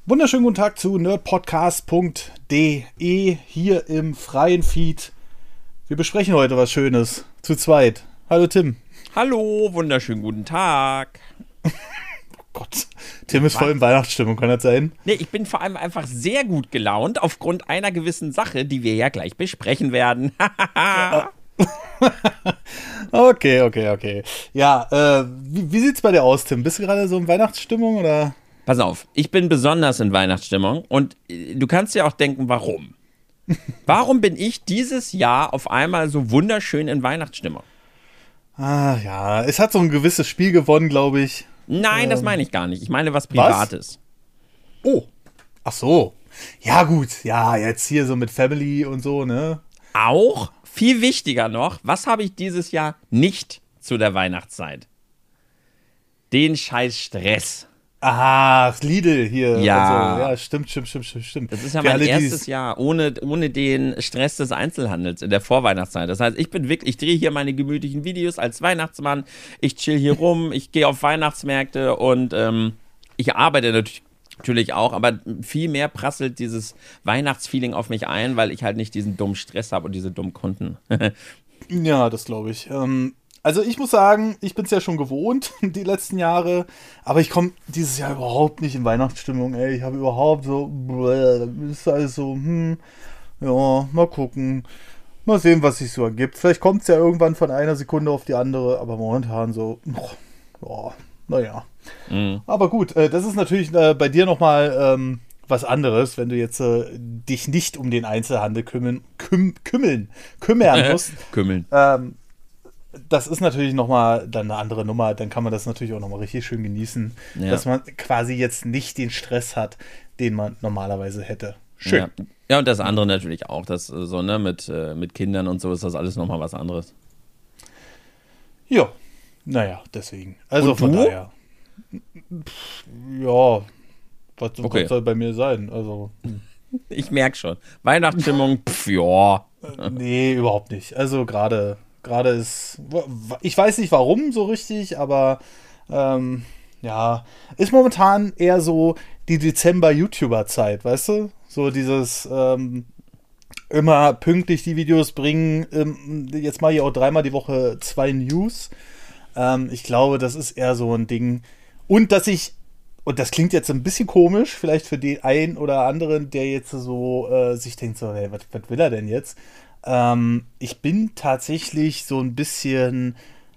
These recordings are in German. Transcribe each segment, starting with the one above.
Wunderschönen guten Tag zu nerdpodcast.de hier im freien Feed. Wir besprechen heute was Schönes zu zweit. Hallo Tim. Hallo, wunderschönen guten Tag. Oh Gott, Tim ist voll in Weihnachtsstimmung, kann das sein? Nee, ich bin vor allem einfach sehr gut gelaunt aufgrund einer gewissen Sache, die wir ja gleich besprechen werden. Okay. Ja, wie sieht's bei dir aus, Tim? Bist du gerade so in Weihnachtsstimmung oder? Pass auf, ich bin besonders in Weihnachtsstimmung und du kannst dir auch denken, warum. Warum bin ich dieses Jahr auf einmal so wunderschön in Weihnachtsstimmung? Ah ja, es hat so ein gewisses Spiel gewonnen, glaube ich. Nein, das meine ich gar nicht. Ich meine was Privates. Oh, ach so. Ja gut, ja, jetzt hier so mit Family und so, ne? Auch, viel wichtiger noch, was habe ich dieses Jahr nicht zu der Weihnachtszeit? Den scheiß Stress. Ah, Lidl hier. Ja. Und so. Ja, stimmt. Das ist ja Für mein alle, erstes Jahr ohne den Stress des Einzelhandels in der Vorweihnachtszeit. Das heißt, ich drehe hier meine gemütlichen Videos als Weihnachtsmann. Ich chill hier rum, ich gehe auf Weihnachtsmärkte und ich arbeite natürlich auch, aber viel mehr prasselt dieses Weihnachtsfeeling auf mich ein, weil ich halt nicht diesen dummen Stress habe und diese dummen Kunden. Ja, das glaube ich. Also ich muss sagen, ich bin es ja schon gewohnt, die letzten Jahre, aber ich komme dieses Jahr überhaupt nicht in Weihnachtsstimmung, ey. Ich habe überhaupt so, ist alles so, ja, mal gucken, mal sehen, was sich so ergibt. Vielleicht kommt es ja irgendwann von einer Sekunde auf die andere, aber momentan so, ja, naja. Mhm. Aber gut, das ist natürlich bei dir nochmal was anderes, wenn du jetzt dich nicht um den Einzelhandel kümmern musst. Kümmeln. Das ist natürlich nochmal dann eine andere Nummer, dann kann man das natürlich auch nochmal richtig schön genießen, dass man quasi jetzt nicht den Stress hat, den man normalerweise hätte. Schön. Ja, und das andere natürlich auch, das so, ne, mit Kindern und so ist das alles nochmal was anderes. Ja, naja, deswegen. Also und von du? daher. Ja, was soll bei mir sein? Also. Ich merke schon. Weihnachtsstimmung, ja. Nee, überhaupt nicht. Also gerade ist, ich weiß nicht warum so richtig, aber ja, ist momentan eher so die Dezember-YouTuber-Zeit, weißt du? So dieses immer pünktlich die Videos bringen, jetzt mal hier auch 3-mal die Woche 2 News. Ich glaube, das ist eher so ein Ding. Und und das klingt jetzt ein bisschen komisch, vielleicht für den einen oder anderen, der jetzt so sich denkt, so, hey, was will er denn jetzt? Ich bin tatsächlich so ein bisschen,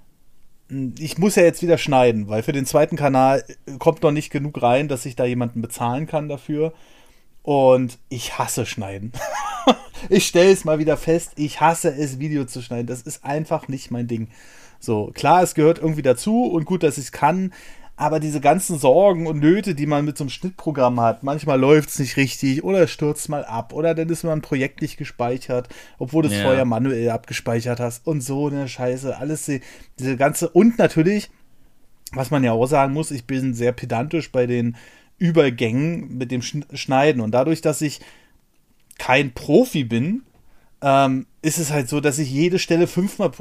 ich muss ja jetzt wieder schneiden, weil für den zweiten Kanal kommt noch nicht genug rein, dass ich da jemanden bezahlen kann dafür. Und ich hasse Schneiden. Ich stelle es mal wieder fest, ich hasse es, Video zu schneiden. Das ist einfach nicht mein Ding. So, klar, es gehört irgendwie dazu und gut, dass ich es kann. Aber diese ganzen Sorgen und Nöte, die man mit so einem Schnittprogramm hat, manchmal läuft es nicht richtig oder es stürzt mal ab oder dann ist mal ein Projekt nicht gespeichert, obwohl du es vorher manuell abgespeichert hast und so eine Scheiße. Alles diese ganze, und natürlich, was man ja auch sagen muss, ich bin sehr pedantisch bei den Übergängen mit dem Schneiden und dadurch, dass ich kein Profi bin, ist es halt so, dass ich jede Stelle 5-mal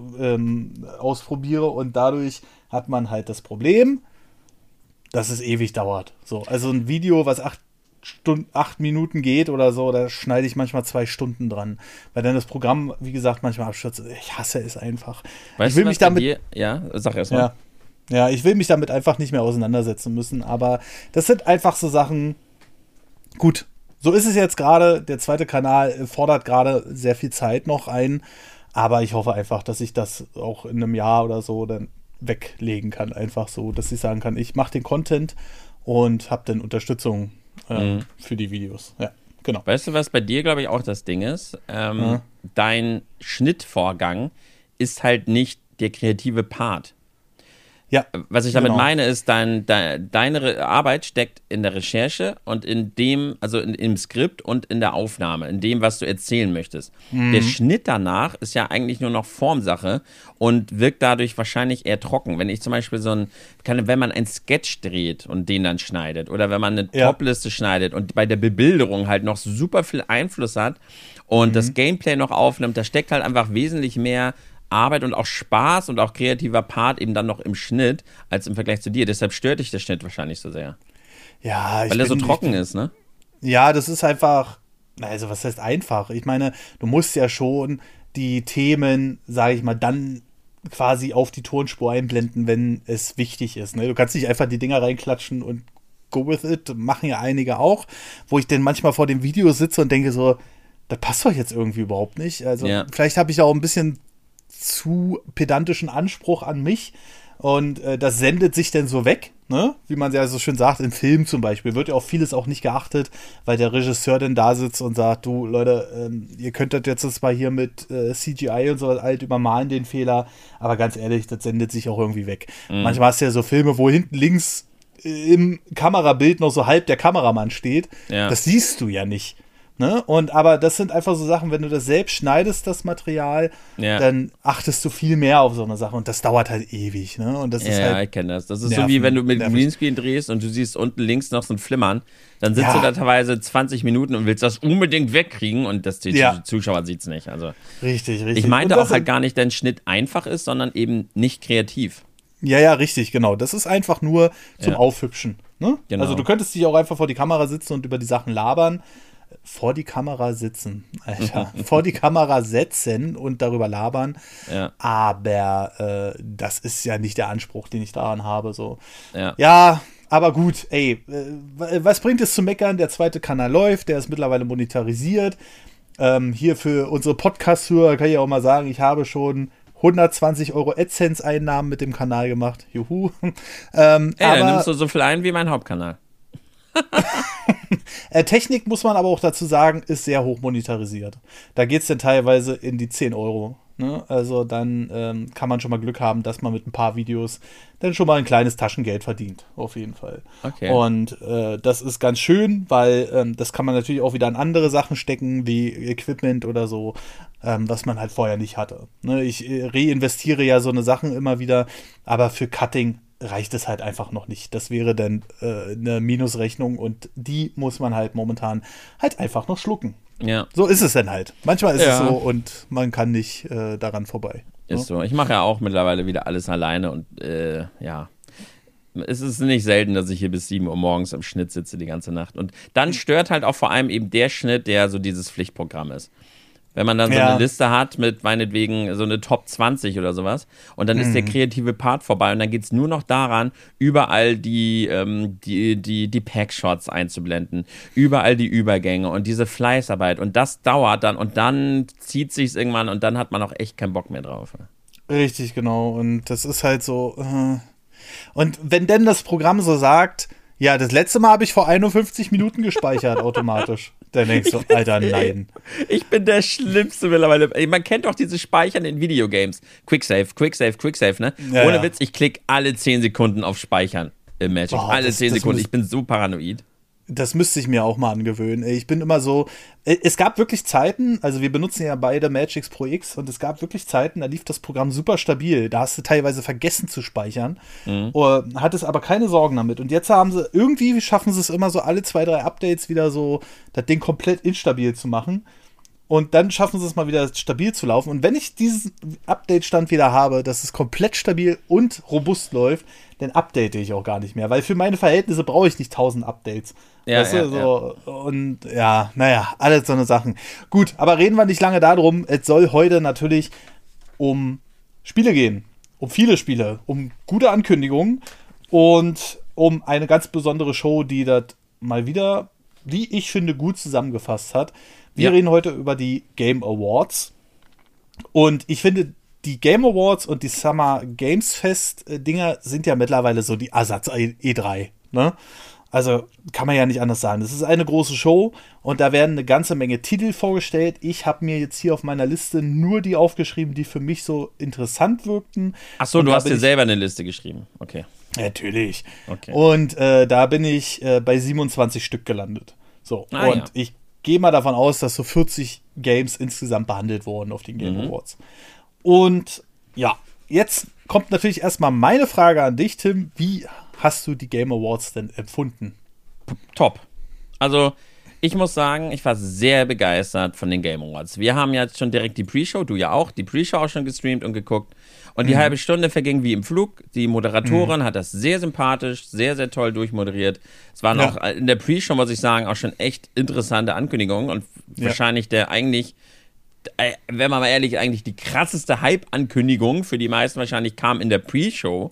ausprobiere und dadurch hat man halt das Problem, dass es ewig dauert. So, also ein Video, was 8 Minuten geht oder so, da schneide ich manchmal 2 Stunden dran, weil dann das Programm, wie gesagt, manchmal abstürzt. Ich hasse es einfach. Weißt du, was bei dir? Ja, sag erst mal. Ja, ich will mich damit einfach nicht mehr auseinandersetzen müssen, aber das sind einfach so Sachen, gut, so ist es jetzt gerade, der zweite Kanal fordert gerade sehr viel Zeit noch ein, aber ich hoffe einfach, dass ich das auch in einem Jahr oder so dann weglegen kann, einfach so, dass ich sagen kann, ich mache den Content und habe dann Unterstützung für die Videos. Ja, genau. Weißt du, was bei dir, glaube ich, auch das Ding ist? Dein Schnittvorgang ist halt nicht der kreative Part. Ja, was ich damit meine, ist, deine Arbeit steckt in der Recherche und im Skript und in der Aufnahme, in dem, was du erzählen möchtest. Der Schnitt danach ist ja eigentlich nur noch Formsache und wirkt dadurch wahrscheinlich eher trocken. Wenn ich zum Beispiel wenn man einen Sketch dreht und den dann schneidet oder wenn man eine Topliste schneidet und bei der Bebilderung halt noch super viel Einfluss hat und das Gameplay noch aufnimmt, da steckt halt einfach wesentlich mehr Arbeit und auch Spaß und auch kreativer Part eben dann noch im Schnitt als im Vergleich zu dir. Deshalb stört dich der Schnitt wahrscheinlich so sehr. Ja, weil er so trocken ist, ne? Ja, das ist einfach, also was heißt einfach? Ich meine, du musst ja schon die Themen, sage ich mal, dann quasi auf die Tonspur einblenden, wenn es wichtig ist. Ne? Du kannst nicht einfach die Dinger reinklatschen und go with it. Machen ja einige auch, wo ich dann manchmal vor dem Video sitze und denke so, das passt doch jetzt irgendwie überhaupt nicht. Also vielleicht habe ich auch ein bisschen zu pedantischen Anspruch an mich und das sendet sich dann so weg, ne? Wie man ja so schön sagt, im Film zum Beispiel wird ja auch vieles auch nicht geachtet, weil der Regisseur dann da sitzt und sagt, du Leute, ihr könntet jetzt mal hier mit CGI und so alt übermalen den Fehler, aber ganz ehrlich, das sendet sich auch irgendwie weg. Manchmal hast du ja so Filme, wo hinten links im Kamerabild noch so halb der Kameramann steht, das siehst du ja nicht. Ne? Aber das sind einfach so Sachen, wenn du das selbst schneidest, das Material, dann achtest du viel mehr auf so eine Sache und das dauert halt ewig. Ne? Und das ist halt ich kenne das. Das ist so wie wenn du mit Greenscreen drehst und du siehst unten links noch so ein Flimmern, dann sitzt du da teilweise 20 Minuten und willst das unbedingt wegkriegen und der Zuschauer sieht es nicht. Also, richtig. Ich meinte auch halt gar nicht, dass Schnitt einfach ist, sondern eben nicht kreativ. Ja, richtig, genau. Das ist einfach nur zum Aufhübschen. Ne? Genau. Also du könntest dich auch einfach vor die Kamera sitzen und über die Sachen labern. Vor die Kamera sitzen, Alter. Vor die Kamera setzen und darüber labern. Ja. Aber das ist ja nicht der Anspruch, den ich daran habe. So. Ja, aber gut, ey, was bringt es zu meckern? Der zweite Kanal läuft, der ist mittlerweile monetarisiert. Hier für unsere Podcast-Hörer kann ich auch mal sagen, ich habe schon 120 Euro AdSense-Einnahmen mit dem Kanal gemacht. Juhu. Dann nimmst du so viel ein wie mein Hauptkanal. Technik, muss man aber auch dazu sagen, ist sehr hoch monetarisiert. Da geht es dann teilweise in die 10 Euro. Ne? Also dann kann man schon mal Glück haben, dass man mit ein paar Videos dann schon mal ein kleines Taschengeld verdient. Auf jeden Fall. Okay. Und das ist ganz schön, weil das kann man natürlich auch wieder an andere Sachen stecken, wie Equipment oder so, was man halt vorher nicht hatte. Ne? Ich reinvestiere ja so eine Sachen immer wieder, aber für Cutting reicht es halt einfach noch nicht. Das wäre dann eine Minusrechnung und die muss man halt momentan halt einfach noch schlucken. Ja. So ist es dann halt. Manchmal ist es so und man kann nicht daran vorbei. Ist so. Ich mache ja auch mittlerweile wieder alles alleine und es ist nicht selten, dass ich hier bis 7 Uhr morgens im Schnitt sitze die ganze Nacht. Und dann stört halt auch vor allem eben der Schnitt, der so dieses Pflichtprogramm ist. Wenn man dann so eine Liste hat mit meinetwegen so eine Top 20 oder sowas und dann ist der kreative Part vorbei und dann geht es nur noch daran, überall die Packshots einzublenden, überall die Übergänge und diese Fleißarbeit und das dauert dann und dann zieht sich's irgendwann und dann hat man auch echt keinen Bock mehr drauf. Richtig, genau. Und das ist halt so. Und wenn denn das Programm so sagt, ja, das letzte Mal habe ich vor 51 Minuten gespeichert automatisch. Dann denkst du, Alter, nein. Ich bin der Schlimmste mittlerweile. Man kennt doch diese Speichern in Videogames. Quicksave, ne? Ja, ohne Witz, ich klicke alle 10 Sekunden auf Speichern im Magic. Alle 10 Sekunden. Ich bin so paranoid. Das müsste ich mir auch mal angewöhnen. Ich bin immer so, es gab wirklich Zeiten, also wir benutzen ja beide Magix Pro X und es gab wirklich Zeiten, da lief das Programm super stabil. Da hast du teilweise vergessen zu speichern, hattest aber keine Sorgen damit. Und jetzt schaffen sie es immer so alle 2, 3 Updates wieder so, das Ding komplett instabil zu machen. Und dann schaffen sie es mal wieder stabil zu laufen. Und wenn ich diesen Update-Stand wieder habe, dass es komplett stabil und robust läuft, dann update ich auch gar nicht mehr. Weil für meine Verhältnisse brauche ich nicht 1000 Updates. Weißt du, so. Und alles so eine Sachen. Gut, aber reden wir nicht lange darum. Es soll heute natürlich um Spiele gehen. Um viele Spiele. Um gute Ankündigungen. Und um eine ganz besondere Show, die das mal wieder, wie ich finde, gut zusammengefasst hat. Wir reden heute über die Game Awards. Und ich finde, die Game Awards und die Summer Games Fest Dinger sind ja mittlerweile so die Ersatz E3. Ne? Also kann man ja nicht anders sagen. Das ist eine große Show und da werden eine ganze Menge Titel vorgestellt. Ich habe mir jetzt hier auf meiner Liste nur die aufgeschrieben, die für mich so interessant wirkten. Achso, du hast dir selber eine Liste geschrieben. Okay. Natürlich. Okay. Und da bin ich bei 27 Stück gelandet. So. Ich gehe mal davon aus, dass so 40 Games insgesamt behandelt wurden auf den Game Awards. Und ja, jetzt kommt natürlich erstmal meine Frage an dich, Tim. Wie hast du die Game Awards denn empfunden? Top. Also, Ich muss sagen, ich war sehr begeistert von den Game Awards. Wir haben jetzt schon direkt die Pre-Show, du ja auch, die Pre-Show auch schon gestreamt und geguckt. Und die halbe Stunde verging wie im Flug. Die Moderatorin hat das sehr sympathisch, sehr, sehr toll durchmoderiert. Es waren auch in der Pre-Show, muss ich sagen, auch schon echt interessante Ankündigungen. Und wahrscheinlich der eigentlich, wenn man mal ehrlich, eigentlich die krasseste Hype-Ankündigung für die meisten wahrscheinlich kam in der Pre-Show.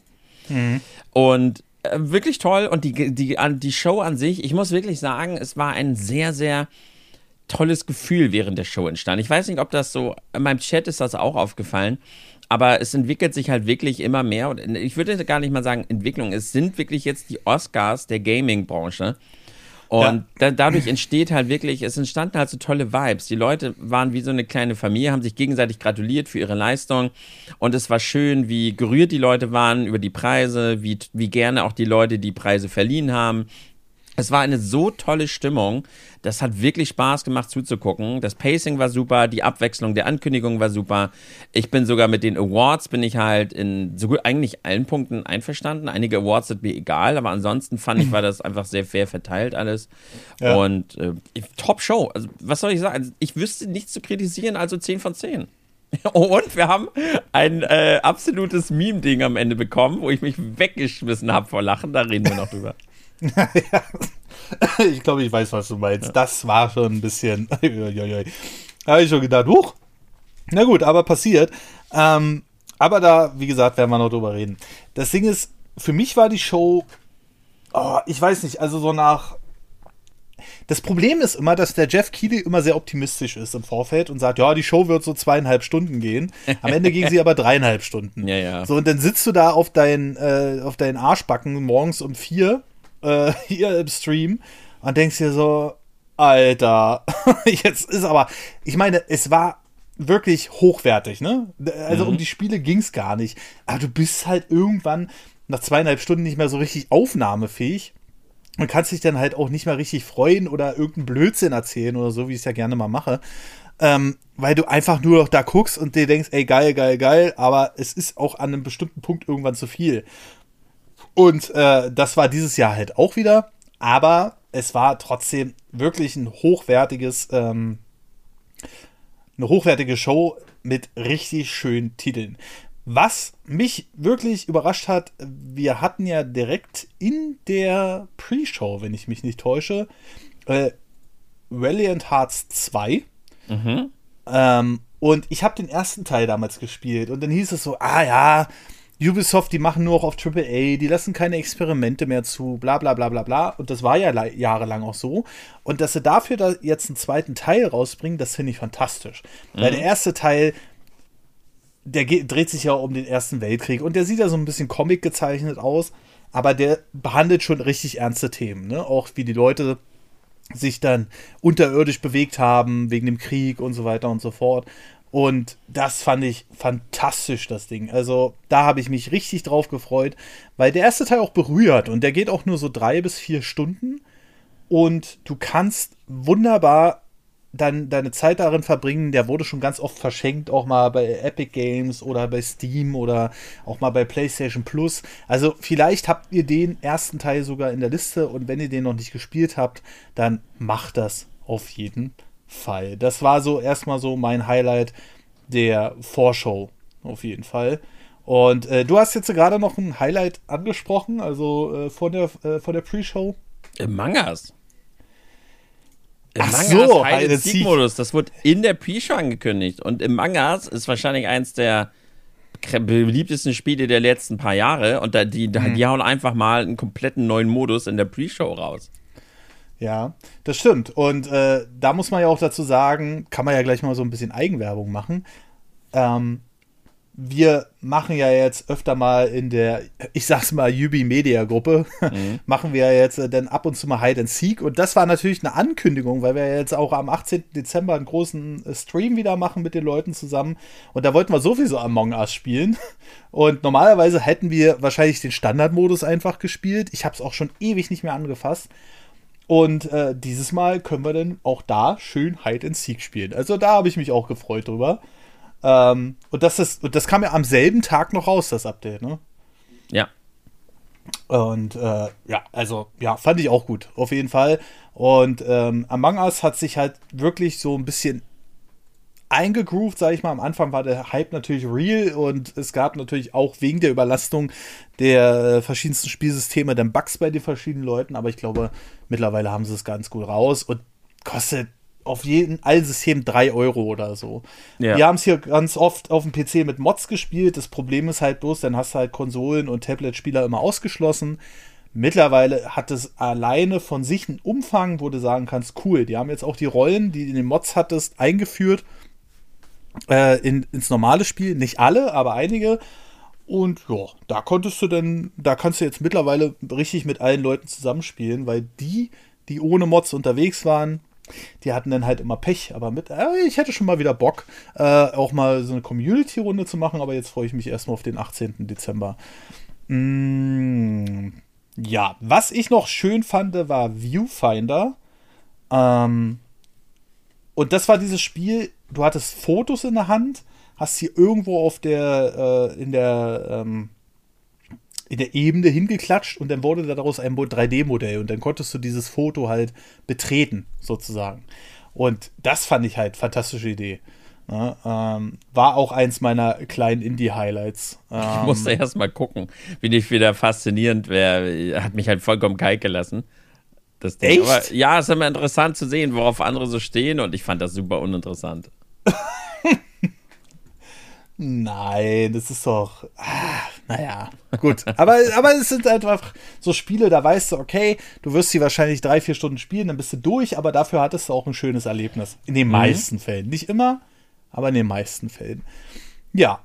Und wirklich toll. Und die Show an sich, ich muss wirklich sagen, es war ein sehr, sehr tolles Gefühl während der Show entstanden. Ich weiß nicht, ob das so, in meinem Chat ist das auch aufgefallen, aber es entwickelt sich halt wirklich immer mehr. Und ich würde gar nicht mal sagen Entwicklung, es sind wirklich jetzt die Oscars der Gaming-Branche. Und dadurch entsteht halt wirklich, es entstanden halt so tolle Vibes. Die Leute waren wie so eine kleine Familie, haben sich gegenseitig gratuliert für ihre Leistung. Und es war schön, wie gerührt die Leute waren über die Preise, wie gerne auch die Leute die Preise verliehen haben. Es war eine so tolle Stimmung, das hat wirklich Spaß gemacht zuzugucken. Das Pacing war super, die Abwechslung der Ankündigungen war super. Ich bin sogar mit den Awards, bin ich halt in so gut eigentlich allen Punkten einverstanden. Einige Awards sind mir egal, aber ansonsten fand ich, war das einfach sehr fair verteilt alles. Ja. Und top Show, also was soll ich sagen? Ich wüsste nichts zu kritisieren, also 10 von 10. Und wir haben ein absolutes Meme-Ding am Ende bekommen, wo ich mich weggeschmissen habe vor Lachen, da reden wir noch drüber. Ja, ich glaube, ich weiß, was du meinst. Das war schon ein bisschen. Da habe ich schon gedacht, huch. Na gut, aber passiert. Aber da, wie gesagt, werden wir noch drüber reden. Das Ding ist, für mich war die Show, ich weiß nicht, also so nach. Das Problem ist immer, dass der Jeff Keighley immer sehr optimistisch ist im Vorfeld und sagt, ja, die Show wird so 2,5 Stunden gehen. Am Ende ging sie aber 3,5 Stunden. Ja. So, und dann sitzt du da auf deinen Arschbacken morgens um 4 hier im Stream und denkst dir so, Alter, jetzt ist aber, ich meine, es war wirklich hochwertig, ne? Also um die Spiele ging es gar nicht. Aber du bist halt irgendwann nach 2,5 Stunden nicht mehr so richtig aufnahmefähig und kannst dich dann halt auch nicht mehr richtig freuen oder irgendeinen Blödsinn erzählen oder so, wie ich es ja gerne mal mache. Weil du einfach nur noch da guckst und dir denkst, ey, geil, aber es ist auch an einem bestimmten Punkt irgendwann zu viel. Und das war dieses Jahr halt auch wieder, aber es war trotzdem wirklich eine hochwertige Show mit richtig schönen Titeln. Was mich wirklich überrascht hat, wir hatten ja direkt in der Pre-Show, wenn ich mich nicht täusche, Valiant Hearts 2. Und ich habe den ersten Teil damals gespielt und dann hieß es so, Ubisoft, die machen nur noch auf AAA, die lassen keine Experimente mehr zu, bla bla bla bla bla. Und das war ja jahrelang auch so. Und dass sie dafür da jetzt einen zweiten Teil rausbringen, das finde ich fantastisch. Weil der erste Teil, der dreht sich ja um den Ersten Weltkrieg und der sieht ja so ein bisschen Comic gezeichnet aus, aber der behandelt schon richtig ernste Themen, ne? Auch wie die Leute sich dann unterirdisch bewegt haben wegen dem Krieg und so weiter und so fort. Und das fand ich fantastisch, das Ding. Also da habe ich mich richtig drauf gefreut, weil der erste Teil auch berührt und der geht auch nur so 3 bis 4 Stunden und du kannst wunderbar dann deine Zeit darin verbringen. Der wurde schon ganz oft verschenkt, auch mal bei Epic Games oder bei Steam oder auch mal bei PlayStation Plus. Also vielleicht habt ihr den ersten Teil sogar in der Liste und wenn ihr den noch nicht gespielt habt, dann macht das auf jeden Fall. Das war so erstmal so mein Highlight der Vorschau auf jeden Fall. Und du hast jetzt gerade noch ein Highlight angesprochen, also von der Pre-Show. Among Us. Ach so, Hide-and-Seek-Modus, das wurde in der Pre-Show angekündigt. Und Among Us ist wahrscheinlich eins der beliebtesten Spiele der letzten paar Jahre. Und die hauen einfach mal einen kompletten neuen Modus in der Pre-Show raus. Ja, das stimmt. Und da muss man ja auch dazu sagen, kann man ja gleich mal so ein bisschen Eigenwerbung machen. Wir machen ja jetzt öfter mal in der, ich sag's mal, Ubi-Media-Gruppe, machen wir ja jetzt dann ab und zu mal Hide and Seek. Und das war natürlich eine Ankündigung, weil wir jetzt auch am 18. Dezember einen großen Stream wieder machen mit den Leuten zusammen. Und da wollten wir sowieso Among Us spielen. Und normalerweise hätten wir wahrscheinlich den Standardmodus einfach gespielt. Ich habe es auch schon ewig nicht mehr angefasst. Und dieses Mal können wir dann auch da schön Hide and Seek spielen. Also da habe ich mich auch gefreut drüber. Und das kam ja am selben Tag noch raus, das Update, ne? Ja. Und ja, also ja, fand ich auch gut, auf jeden Fall. Und Among Us hat sich halt wirklich so ein bisschen eingegroovt, sage ich mal. Am Anfang war der Hype natürlich real und es gab natürlich auch wegen der Überlastung der verschiedensten Spielsysteme dann Bugs bei den verschiedenen Leuten, aber ich glaube, mittlerweile haben sie es ganz gut raus und kostet auf allen Systemen 3 Euro oder so. Ja. Wir haben es hier ganz oft auf dem PC mit Mods gespielt. Das Problem ist halt bloß, dann hast du halt Konsolen- und Tablet-Spieler immer ausgeschlossen. Mittlerweile hat es alleine von sich einen Umfang, wo du sagen kannst, cool, die haben jetzt auch die Rollen, die du in den Mods hattest, eingeführt ins normale Spiel. Nicht alle, aber einige. Und ja, da kannst du jetzt mittlerweile richtig mit allen Leuten zusammenspielen, weil die ohne Mods unterwegs waren, die hatten dann halt immer Pech, aber ich hätte schon mal wieder Bock, auch mal so eine Community-Runde zu machen, aber jetzt freue ich mich erstmal auf den 18. Dezember. Ja, was ich noch schön fand, war Viewfinder. Und das war dieses Spiel, du hattest Fotos in der Hand, hast sie irgendwo in der Ebene hingeklatscht und dann wurde daraus ein 3D-Modell und dann konntest du dieses Foto halt betreten, sozusagen. Und das fand ich halt fantastische Idee. Ja, war auch eins meiner kleinen Indie-Highlights. Ich musste erst mal gucken, wie ich wieder faszinierend wäre. Hat mich halt vollkommen kalt gelassen. Das Ding. Echt? Aber ja, es ist immer interessant zu sehen, worauf andere so stehen und ich fand das super uninteressant. Nein, das ist doch. Naja, gut. Aber es sind einfach so Spiele, da weißt du, okay, du wirst sie wahrscheinlich 3-4 Stunden spielen, dann bist du durch, aber dafür hattest du auch ein schönes Erlebnis. In den meisten Fällen. Nicht immer, aber in den meisten Fällen. Ja,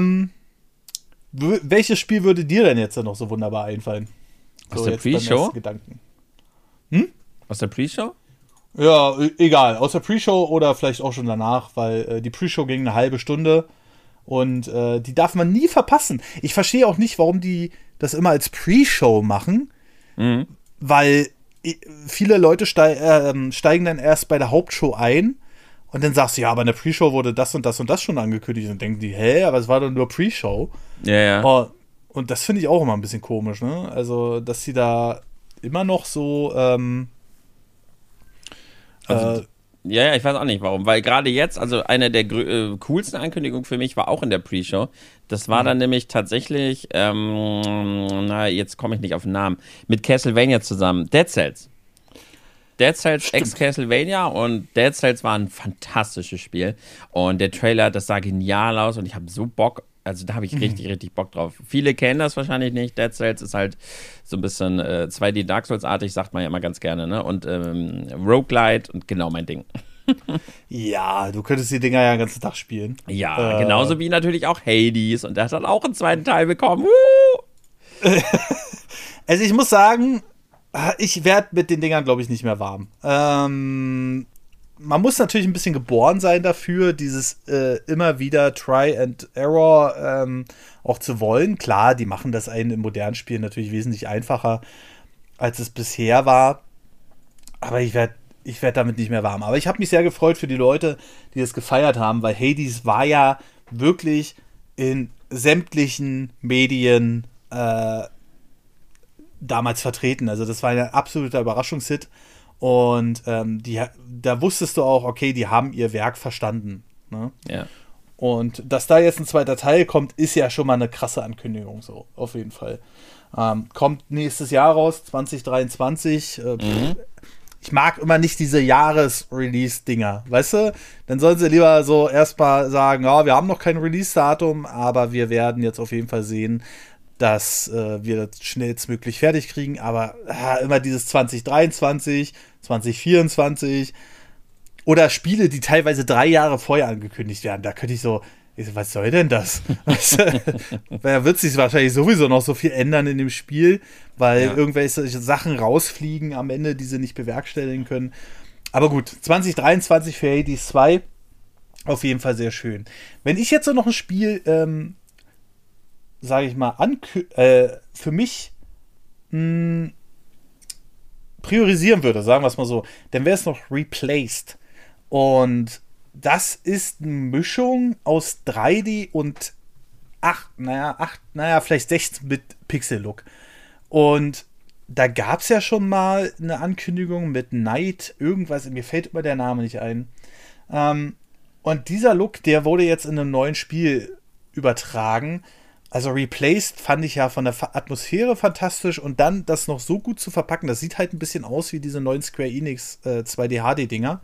welches Spiel würde dir denn jetzt noch so wunderbar einfallen? Aus So, der jetzt beim Pre-Show? ersten Gedanken. Aus der Pre-Show? Ja, egal. Aus der Pre-Show oder vielleicht auch schon danach, weil die Pre-Show ging eine halbe Stunde. Und die darf man nie verpassen. Ich verstehe auch nicht, warum die das immer als Pre-Show machen, weil viele Leute steigen dann erst bei der Hauptshow ein und dann sagst du, ja, aber in der Pre-Show wurde das und das und das schon angekündigt und denken die, hä, aber es war doch nur Pre-Show. Ja, ja. Oh, und das finde ich auch immer ein bisschen komisch, ne? Also, dass sie da immer noch so Ja, ich weiß auch nicht warum, weil gerade jetzt, also eine der coolsten Ankündigungen für mich war auch in der Pre-Show. Das war dann nämlich tatsächlich, jetzt komme ich nicht auf den Namen, mit Castlevania zusammen, Dead Cells. Dead Cells ex-Castlevania und Dead Cells war ein fantastisches Spiel und der Trailer, das sah genial aus und ich habe so Bock, also da habe ich richtig, richtig Bock drauf. Viele kennen das wahrscheinlich nicht, Dead Cells ist halt so ein bisschen 2D Dark Souls-artig, sagt man ja immer ganz gerne, ne? Und Roguelite und genau mein Ding. ja, du könntest die Dinger ja den ganzen Tag spielen. Ja, genauso wie natürlich auch Hades und der hat dann auch einen zweiten Teil bekommen. Also ich muss sagen, ich werde mit den Dingern, glaube ich, nicht mehr warm. Man muss natürlich ein bisschen geboren sein dafür, dieses immer wieder Try and Error auch zu wollen. Klar, die machen das einen im modernen Spiel natürlich wesentlich einfacher, als es bisher war. Aber ich werd damit nicht mehr warm. Aber ich habe mich sehr gefreut für die Leute, die das gefeiert haben, weil Hades war ja wirklich in sämtlichen Medien damals vertreten. Also das war ein absoluter Überraschungshit. Und da wusstest du auch, okay, die haben ihr Werk verstanden. Ne? Ja. Und dass da jetzt ein zweiter Teil kommt, ist ja schon mal eine krasse Ankündigung, so, auf jeden Fall. Kommt nächstes Jahr raus, 2023. Ich mag immer nicht diese Jahres-Release-Dinger, weißt du? Dann sollen sie lieber so erstmal sagen, ja, wir haben noch kein Release-Datum, aber wir werden jetzt auf jeden Fall sehen, dass wir das schnellstmöglich fertig kriegen, aber immer dieses 2023, 2024 oder Spiele, die teilweise 3 Jahre vorher angekündigt werden, da könnte ich so, was soll denn das? Da wird sich wahrscheinlich sowieso noch so viel ändern in dem Spiel, weil irgendwelche Sachen rausfliegen am Ende, die sie nicht bewerkstelligen können. Aber gut, 2023 für Hades 2 auf jeden Fall sehr schön. Wenn ich jetzt so noch ein Spiel sage ich mal, für mich priorisieren würde, sagen wir es mal so, dann wäre es noch Replaced. Und das ist eine Mischung aus 3D und vielleicht 16-Bit Pixel-Look. Und da gab es ja schon mal eine Ankündigung mit Knight, irgendwas, mir fällt immer der Name nicht ein. Und dieser Look, der wurde jetzt in einem neuen Spiel übertragen. Also Replaced fand ich ja von der Atmosphäre fantastisch und dann das noch so gut zu verpacken, das sieht halt ein bisschen aus wie diese neuen Square Enix 2D HD-Dinger.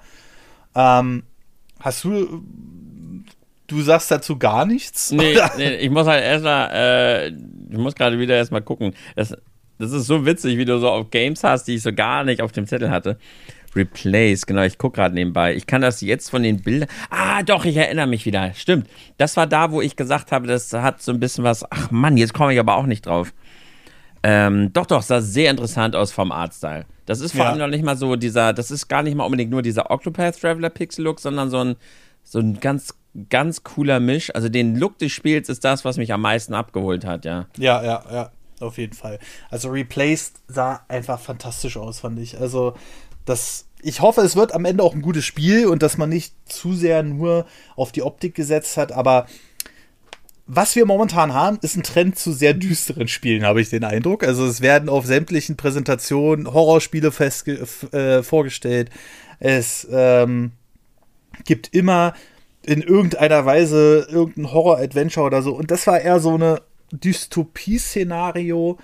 Du sagst dazu gar nichts? Nee, ich muss halt ich muss gerade wieder erstmal gucken. Das ist so witzig, wie du so auf Games hast, die ich so gar nicht auf dem Zettel hatte. Replace, genau, ich gucke gerade nebenbei. Ich kann das jetzt von den Bildern. Ah, doch, ich erinnere mich wieder. Stimmt. Das war da, wo ich gesagt habe, das hat so ein bisschen was. Ach Mann, jetzt komme ich aber auch nicht drauf. Doch, sah sehr interessant aus vom Artstyle. Das ist vor allem noch nicht mal so das ist gar nicht mal unbedingt nur dieser Octopath Traveler Pixel Look, sondern so ein ganz, ganz cooler Misch. Also den Look des Spiels ist das, was mich am meisten abgeholt hat, ja. Ja, auf jeden Fall. Also Replaced sah einfach fantastisch aus, fand ich. Also ich hoffe, es wird am Ende auch ein gutes Spiel und dass man nicht zu sehr nur auf die Optik gesetzt hat, aber was wir momentan haben, ist ein Trend zu sehr düsteren Spielen, habe ich den Eindruck. Also es werden auf sämtlichen Präsentationen Horrorspiele vorgestellt. Es gibt immer in irgendeiner Weise irgendein Horror-Adventure oder so. Und das war eher so eine Dystopie-Szenario,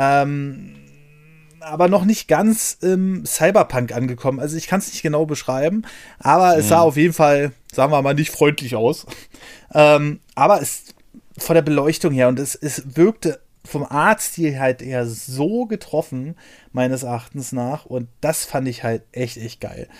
aber noch nicht ganz im Cyberpunk angekommen. Also ich kann es nicht genau beschreiben, aber es sah auf jeden Fall, sagen wir mal, nicht freundlich aus. Aber es von der Beleuchtung her und es wirkte vom Artstil halt eher so getroffen, meines Erachtens nach. Und das fand ich halt echt geil.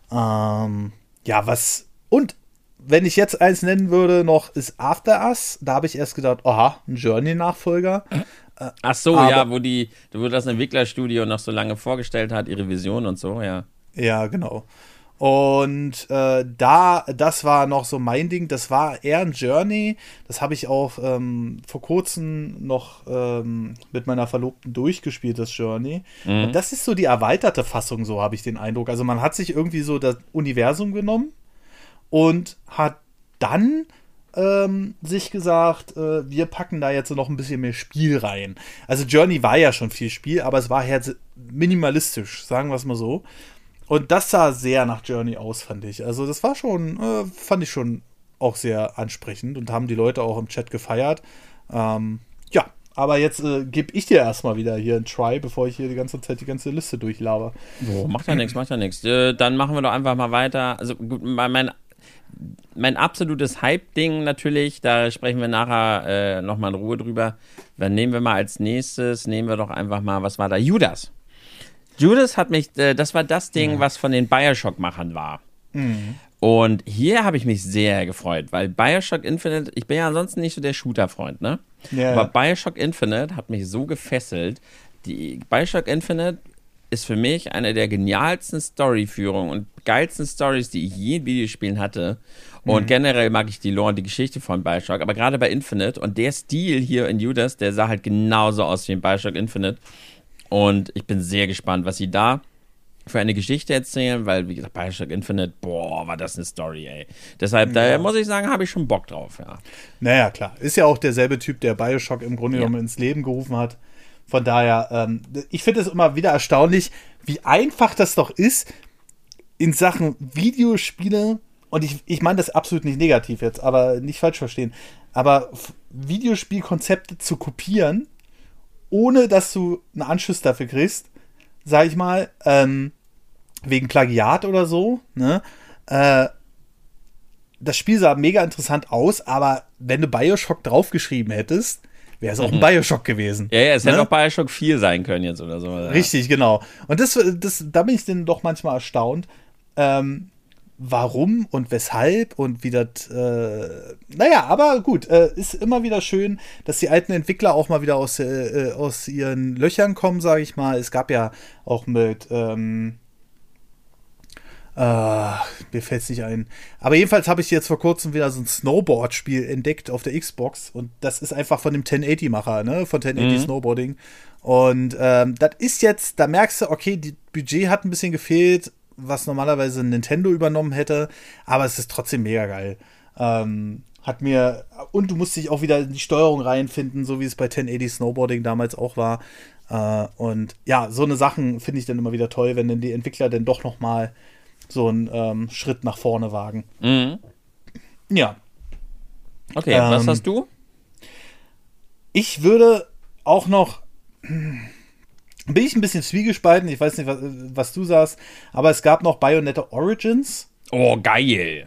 Und wenn ich jetzt eins nennen würde, noch ist After Us. Da habe ich erst gedacht, aha, ein Journey-Nachfolger. Ach so, ja, wo das Entwicklerstudio noch so lange vorgestellt hat, ihre Vision und so, ja. Ja, genau. Und das war noch so mein Ding. Das war eher ein Journey. Das habe ich auch vor kurzem noch mit meiner Verlobten durchgespielt, das Journey. Mhm. Und das ist so die erweiterte Fassung, so habe ich den Eindruck. Also man hat sich irgendwie so das Universum genommen und hat dann sich gesagt, wir packen da jetzt noch ein bisschen mehr Spiel rein. Also Journey war ja schon viel Spiel, aber es war halt minimalistisch, sagen wir es mal so. Und das sah sehr nach Journey aus, fand ich. Also das war schon, fand ich schon auch sehr ansprechend und haben die Leute auch im Chat gefeiert. Ja, aber jetzt gebe ich dir erstmal wieder hier ein Try, bevor ich hier die ganze Zeit die ganze Liste durchlaber. Oh, macht ja nichts. Dann machen wir doch einfach mal weiter. Also gut, mein absolutes Hype-Ding natürlich, da sprechen wir nachher nochmal in Ruhe drüber. Dann nehmen wir mal als nächstes, doch einfach mal, was war da? Judas hat mich, das war das Ding, was von den Bioshock-Machern war. Mhm. Und hier habe ich mich sehr gefreut, weil Bioshock Infinite, ich bin ja ansonsten nicht so der Shooter-Freund, ne? Yeah. Aber Bioshock Infinite hat mich so gefesselt. Die Bioshock Infinite ist für mich eine der genialsten Storyführungen und geilsten Stories, die ich je in Videospielen hatte. Und generell mag ich die Lore und die Geschichte von Bioshock, aber gerade bei Infinite und der Stil hier in Judas, der sah halt genauso aus wie in Bioshock Infinite. Und ich bin sehr gespannt, was sie da für eine Geschichte erzählen, weil, wie gesagt, Bioshock Infinite, boah, war das eine Story, ey. Deshalb, da muss ich sagen, habe ich schon Bock drauf, ja. Naja, klar. Ist ja auch derselbe Typ, der Bioshock im Grunde genommen ins Leben gerufen hat. Von daher, ich finde es immer wieder erstaunlich, wie einfach das doch ist, in Sachen Videospiele, und ich meine das absolut nicht negativ jetzt, aber nicht falsch verstehen, aber Videospielkonzepte zu kopieren, ohne dass du einen Anschluss dafür kriegst, sag ich mal, wegen Plagiat oder so, ne? Das Spiel sah mega interessant aus, aber wenn du Bioshock draufgeschrieben hättest, wäre es auch ein Bioshock gewesen. Ja, es hätte auch Bioshock 4 sein können jetzt oder so. Ja. Richtig, genau. Und da bin ich dann doch manchmal erstaunt, warum und weshalb und wie das, naja, aber gut, ist immer wieder schön, dass die alten Entwickler auch mal wieder aus ihren Löchern kommen, sage ich mal. Es gab ja auch mit, mir fällt es nicht ein. Aber jedenfalls habe ich jetzt vor kurzem wieder so ein Snowboard-Spiel entdeckt auf der Xbox und das ist einfach von dem 1080-Macher, ne? Von 1080 Snowboarding. Und das ist jetzt, da merkst du, okay, das Budget hat ein bisschen gefehlt, was normalerweise Nintendo übernommen hätte, aber es ist trotzdem mega geil. Und du musst dich auch wieder in die Steuerung reinfinden, so wie es bei 1080 Snowboarding damals auch war. Und ja, so eine Sachen finde ich dann immer wieder toll, wenn dann die Entwickler dann doch noch mal so einen Schritt nach vorne wagen. Mhm. Ja. Okay, was hast du? Ich würde auch noch, bin ich ein bisschen zwiegespalten, ich weiß nicht, was du sagst, aber es gab noch Bayonetta Origins. Oh, geil.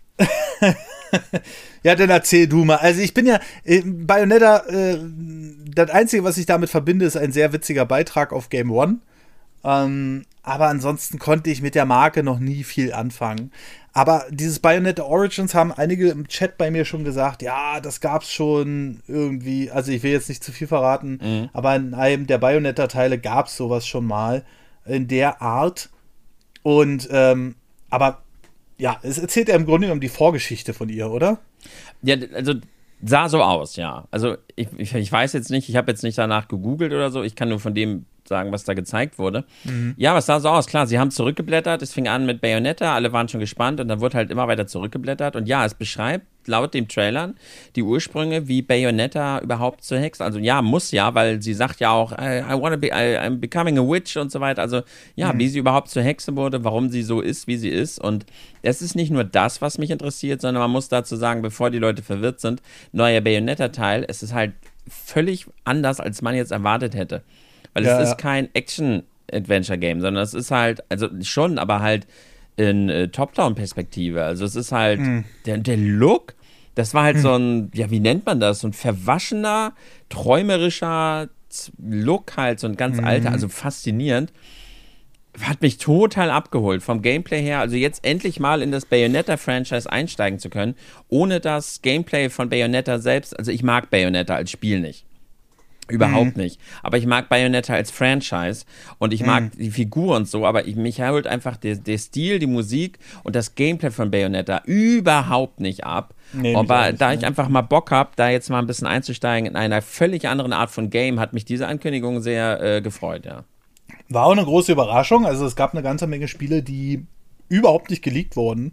Ja, dann erzähl du mal. Also ich bin ja, Bayonetta, das Einzige, was ich damit verbinde, ist ein sehr witziger Beitrag auf Game One. Aber ansonsten konnte ich mit der Marke noch nie viel anfangen. Aber dieses Bayonetta Origins haben einige im Chat bei mir schon gesagt, ja, das gab's schon irgendwie, also ich will jetzt nicht zu viel verraten, aber in einem der Bayonetta-Teile gab's sowas schon mal in der Art. Und, aber ja, es erzählt ja im Grunde genommen die Vorgeschichte von ihr, oder? Ja, also sah so aus, ja. Also ich weiß jetzt nicht, ich habe jetzt nicht danach gegoogelt oder so, ich kann nur von dem sagen, was da gezeigt wurde. Ja, was sah so aus? Klar, sie haben zurückgeblättert, es fing an mit Bayonetta, alle waren schon gespannt und dann wurde halt immer weiter zurückgeblättert und ja, es beschreibt laut dem Trailern die Ursprünge, wie Bayonetta überhaupt zur Hexe, also ja, muss ja, weil sie sagt ja auch, I'm becoming a witch und so weiter, also ja, wie sie überhaupt zur Hexe wurde, warum sie so ist, wie sie ist und es ist nicht nur das, was mich interessiert, sondern man muss dazu sagen, bevor die Leute verwirrt sind, neuer Bayonetta-Teil, es ist halt völlig anders, als man jetzt erwartet hätte. Weil es ist kein Action-Adventure-Game, sondern es ist halt, also schon, aber halt in Top-Down-Perspektive. Also es ist halt, der Look, das war halt so ein, ja, wie nennt man das? So ein verwaschener, träumerischer Look halt, so ein ganz alter, also faszinierend. Hat mich total abgeholt vom Gameplay her. Also jetzt endlich mal in das Bayonetta-Franchise einsteigen zu können, ohne das Gameplay von Bayonetta selbst. Also ich mag Bayonetta als Spiel nicht. Überhaupt nicht. Aber ich mag Bayonetta als Franchise und ich mag die Figur und so, aber mich holt einfach der Stil, die Musik und das Gameplay von Bayonetta überhaupt nicht ab. Nee, aber da ich einfach mal Bock habe, da jetzt mal ein bisschen einzusteigen in einer völlig anderen Art von Game, hat mich diese Ankündigung sehr gefreut, ja. War auch eine große Überraschung. Also es gab eine ganze Menge Spiele, die überhaupt nicht geleakt wurden.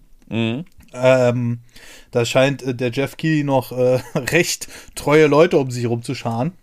Da scheint der Jeff Keighley noch recht treue Leute um sich herum zu scharen.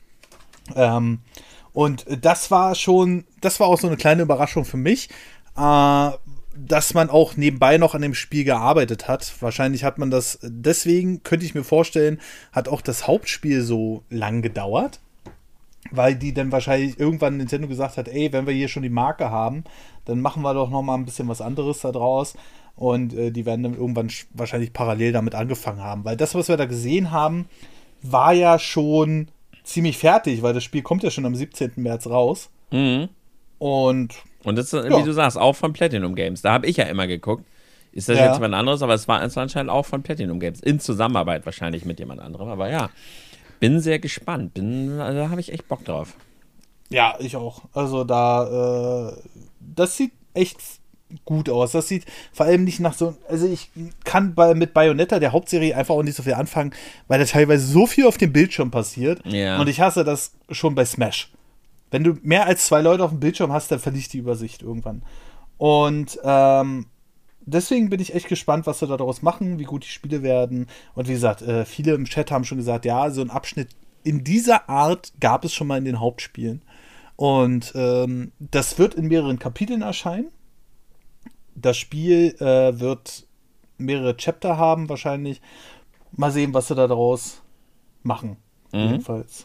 Und das war auch so eine kleine Überraschung für mich, dass man auch nebenbei noch an dem Spiel gearbeitet hat. Wahrscheinlich hat man das, deswegen könnte ich mir vorstellen, hat auch das Hauptspiel so lang gedauert, weil die dann wahrscheinlich irgendwann Nintendo gesagt hat, ey, wenn wir hier schon die Marke haben, dann machen wir doch noch mal ein bisschen was anderes da draus. Und die werden dann irgendwann wahrscheinlich parallel damit angefangen haben, weil das, was wir da gesehen haben, war ja schon ziemlich fertig, weil das Spiel kommt ja schon am 17. März raus. Und das, wie du sagst, auch von Platinum Games. Da habe ich ja immer geguckt. Ist das jetzt jemand anderes, aber es war anscheinend auch von Platinum Games. In Zusammenarbeit wahrscheinlich mit jemand anderem. Aber ja, bin sehr gespannt. Da habe ich echt Bock drauf. Ja, ich auch. Also das sieht echt gut aus. Das sieht vor allem nicht nach so, also ich kann mit Bayonetta, der Hauptserie, einfach auch nicht so viel anfangen, weil da teilweise so viel auf dem Bildschirm passiert. Ja. Und ich hasse das schon bei Smash. Wenn du mehr als 2 Leute auf dem Bildschirm hast, dann verliert die Übersicht irgendwann. Und deswegen bin ich echt gespannt, was sie daraus machen, wie gut die Spiele werden. Und wie gesagt, viele im Chat haben schon gesagt, ja, so ein Abschnitt in dieser Art gab es schon mal in den Hauptspielen. Und das wird in mehreren Kapiteln erscheinen. Das Spiel wird mehrere Chapter haben wahrscheinlich. Mal sehen, was sie da daraus machen. Jedenfalls.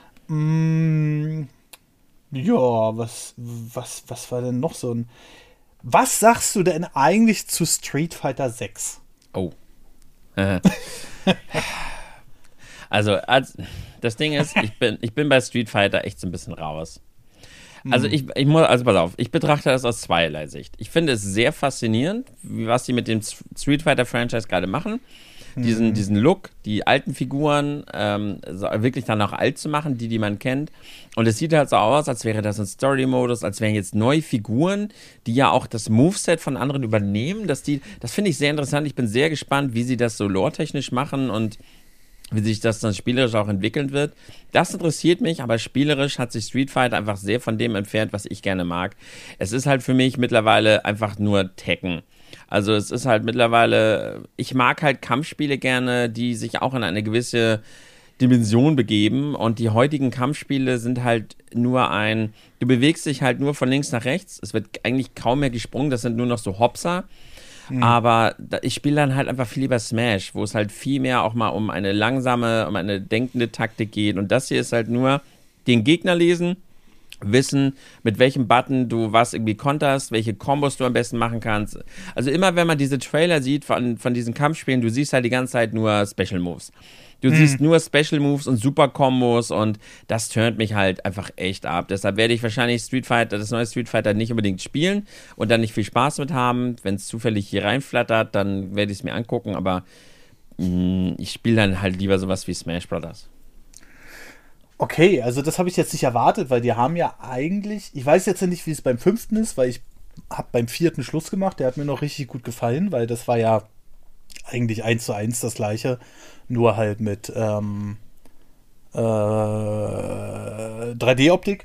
Ja, was war denn noch so ein... Was sagst du denn eigentlich zu Street Fighter 6? Oh. Also, das Ding ist, ich bin bei Street Fighter echt so ein bisschen raus. Also pass auf, ich betrachte das aus zweierlei Sicht. Ich finde es sehr faszinierend, was die mit dem Street Fighter Franchise gerade machen. Diesen Look, die alten Figuren wirklich dann auch alt zu machen, die man kennt. Und es sieht halt so aus, als wäre das ein Story-Modus, als wären jetzt neue Figuren, die ja auch das Moveset von anderen übernehmen. Das finde ich sehr interessant. Ich bin sehr gespannt, wie sie das so lore-technisch machen und wie sich das dann spielerisch auch entwickeln wird. Das interessiert mich, aber spielerisch hat sich Street Fighter einfach sehr von dem entfernt, was ich gerne mag. Es ist halt für mich mittlerweile einfach nur Tekken. Also es ist halt mittlerweile, ich mag halt Kampfspiele gerne, die sich auch in eine gewisse, Dimension begeben und die heutigen Kampfspiele sind halt nur du bewegst dich halt nur von links nach rechts, es wird eigentlich kaum mehr gesprungen, das sind nur noch so Hopser, aber ich spiele dann halt einfach viel lieber Smash, wo es halt viel mehr auch mal um eine denkende Taktik geht und das hier ist halt nur den Gegner lesen, wissen, mit welchem Button du was irgendwie konterst, welche Kombos du am besten machen kannst. Also immer, wenn man diese Trailer sieht von diesen Kampfspielen, du siehst halt die ganze Zeit nur Special Moves. Du siehst nur Special Moves und Super Kombos und das turnt mich halt einfach echt ab. Deshalb werde ich wahrscheinlich das neue Street Fighter nicht unbedingt spielen und dann nicht viel Spaß mit haben. Wenn es zufällig hier reinflattert, dann werde ich es mir angucken, aber ich spiele dann halt lieber sowas wie Smash Brothers. Okay, also das habe ich jetzt nicht erwartet, weil die haben ja eigentlich, ich weiß jetzt nicht, wie es beim 5. ist, weil ich habe beim 4. Schluss gemacht, der hat mir noch richtig gut gefallen, weil das war ja eigentlich 1:1 das gleiche, nur halt mit 3D-Optik.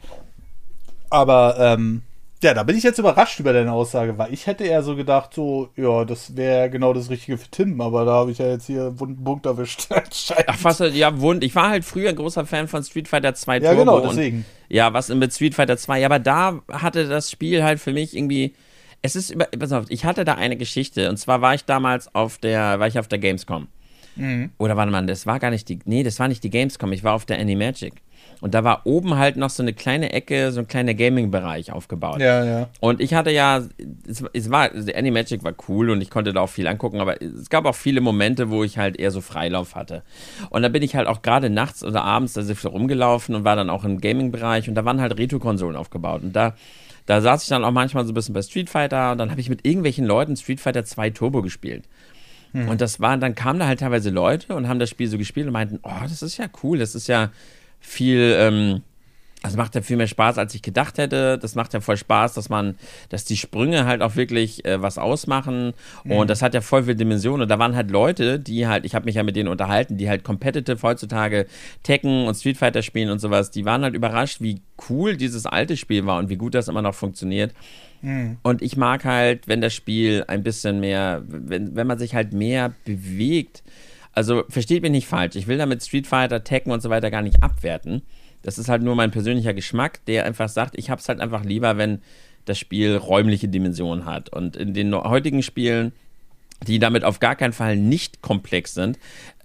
Aber ja, da bin ich jetzt überrascht über deine Aussage, weil ich hätte eher so gedacht, so, ja, das wäre genau das Richtige für Tim, aber da habe ich ja jetzt hier einen wunden Punkt erwischt. Ach, fast, ja, ich war halt früher ein großer Fan von Street Fighter 2 ja, Turbo. Genau, deswegen. Und, ja, was mit Street Fighter 2, ja, aber da hatte das Spiel halt für mich irgendwie, pass auf, ich hatte da eine Geschichte, und zwar war ich damals auf der Gamescom. Oder warte mal, das war nicht die Gamescom, ich war auf der Animagic. Und da war oben halt noch so eine kleine Ecke, so ein kleiner Gaming-Bereich aufgebaut. Ja, ja. Und ich hatte ja, der Animagic war cool und ich konnte da auch viel angucken, aber es gab auch viele Momente, wo ich halt eher so Freilauf hatte. Und da bin ich halt auch gerade nachts oder abends da so rumgelaufen und war dann auch im Gaming-Bereich und da waren halt Retro-Konsolen aufgebaut. Und da saß ich dann auch manchmal so ein bisschen bei Street Fighter und dann habe ich mit irgendwelchen Leuten Street Fighter 2 Turbo gespielt. Und dann kamen da halt teilweise Leute und haben das Spiel so gespielt und meinten, oh, das ist ja cool, das ist ja viel, also macht ja viel mehr Spaß, als ich gedacht hätte. Das macht ja voll Spaß, dass die Sprünge halt auch wirklich was ausmachen. Und das hat ja voll viele Dimensionen. Und da waren halt Leute, die halt, ich habe mich ja mit denen unterhalten, die halt competitive heutzutage Tekken und Street Fighter spielen und sowas. Die waren halt überrascht, wie cool dieses alte Spiel war und wie gut das immer noch funktioniert. Und ich mag halt, wenn das Spiel ein bisschen mehr, wenn man sich halt mehr bewegt. Also versteht mich nicht falsch, ich will damit Street Fighter, Tekken und so weiter gar nicht abwerten. Das ist halt nur mein persönlicher Geschmack, der einfach sagt, ich hab's halt einfach lieber, wenn das Spiel räumliche Dimensionen hat. Und in den heutigen Spielen, die damit auf gar keinen Fall nicht komplex sind,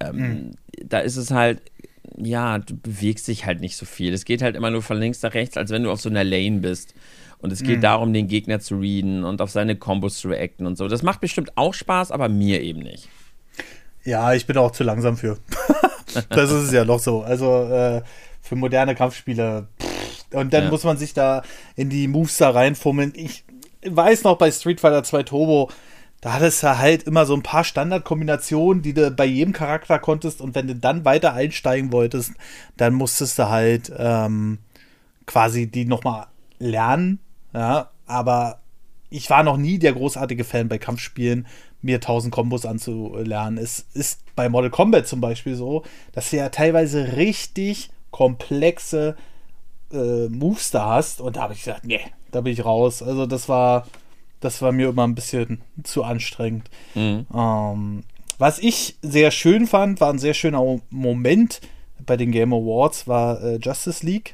da ist es halt, ja, du bewegst dich halt nicht so viel. Es geht halt immer nur von links nach rechts, als wenn du auf so einer Lane bist. Und es geht darum, den Gegner zu readen und auf seine Kombos zu reacten und so. Das macht bestimmt auch Spaß, aber mir eben nicht. Ja, ich bin auch zu langsam für. Das ist es ja noch so. Also für moderne Kampfspiele. Und dann muss man sich da in die Moves da reinfummeln. Ich weiß noch, bei Street Fighter 2 Turbo, da hattest du halt immer so ein paar Standardkombinationen, die du bei jedem Charakter konntest. Und wenn du dann weiter einsteigen wolltest, dann musstest du halt quasi die nochmal lernen. Ja, aber ich war noch nie der großartige Fan bei Kampfspielen, mir 1000 Kombos anzulernen. Es ist bei Mortal Kombat zum Beispiel so, dass du ja teilweise richtig komplexe Moves da hast. Und da habe ich gesagt, nee, da bin ich raus. Also das war mir immer ein bisschen zu anstrengend. Was ich sehr schön fand, war ein sehr schöner Moment bei den Game Awards, war Justice League.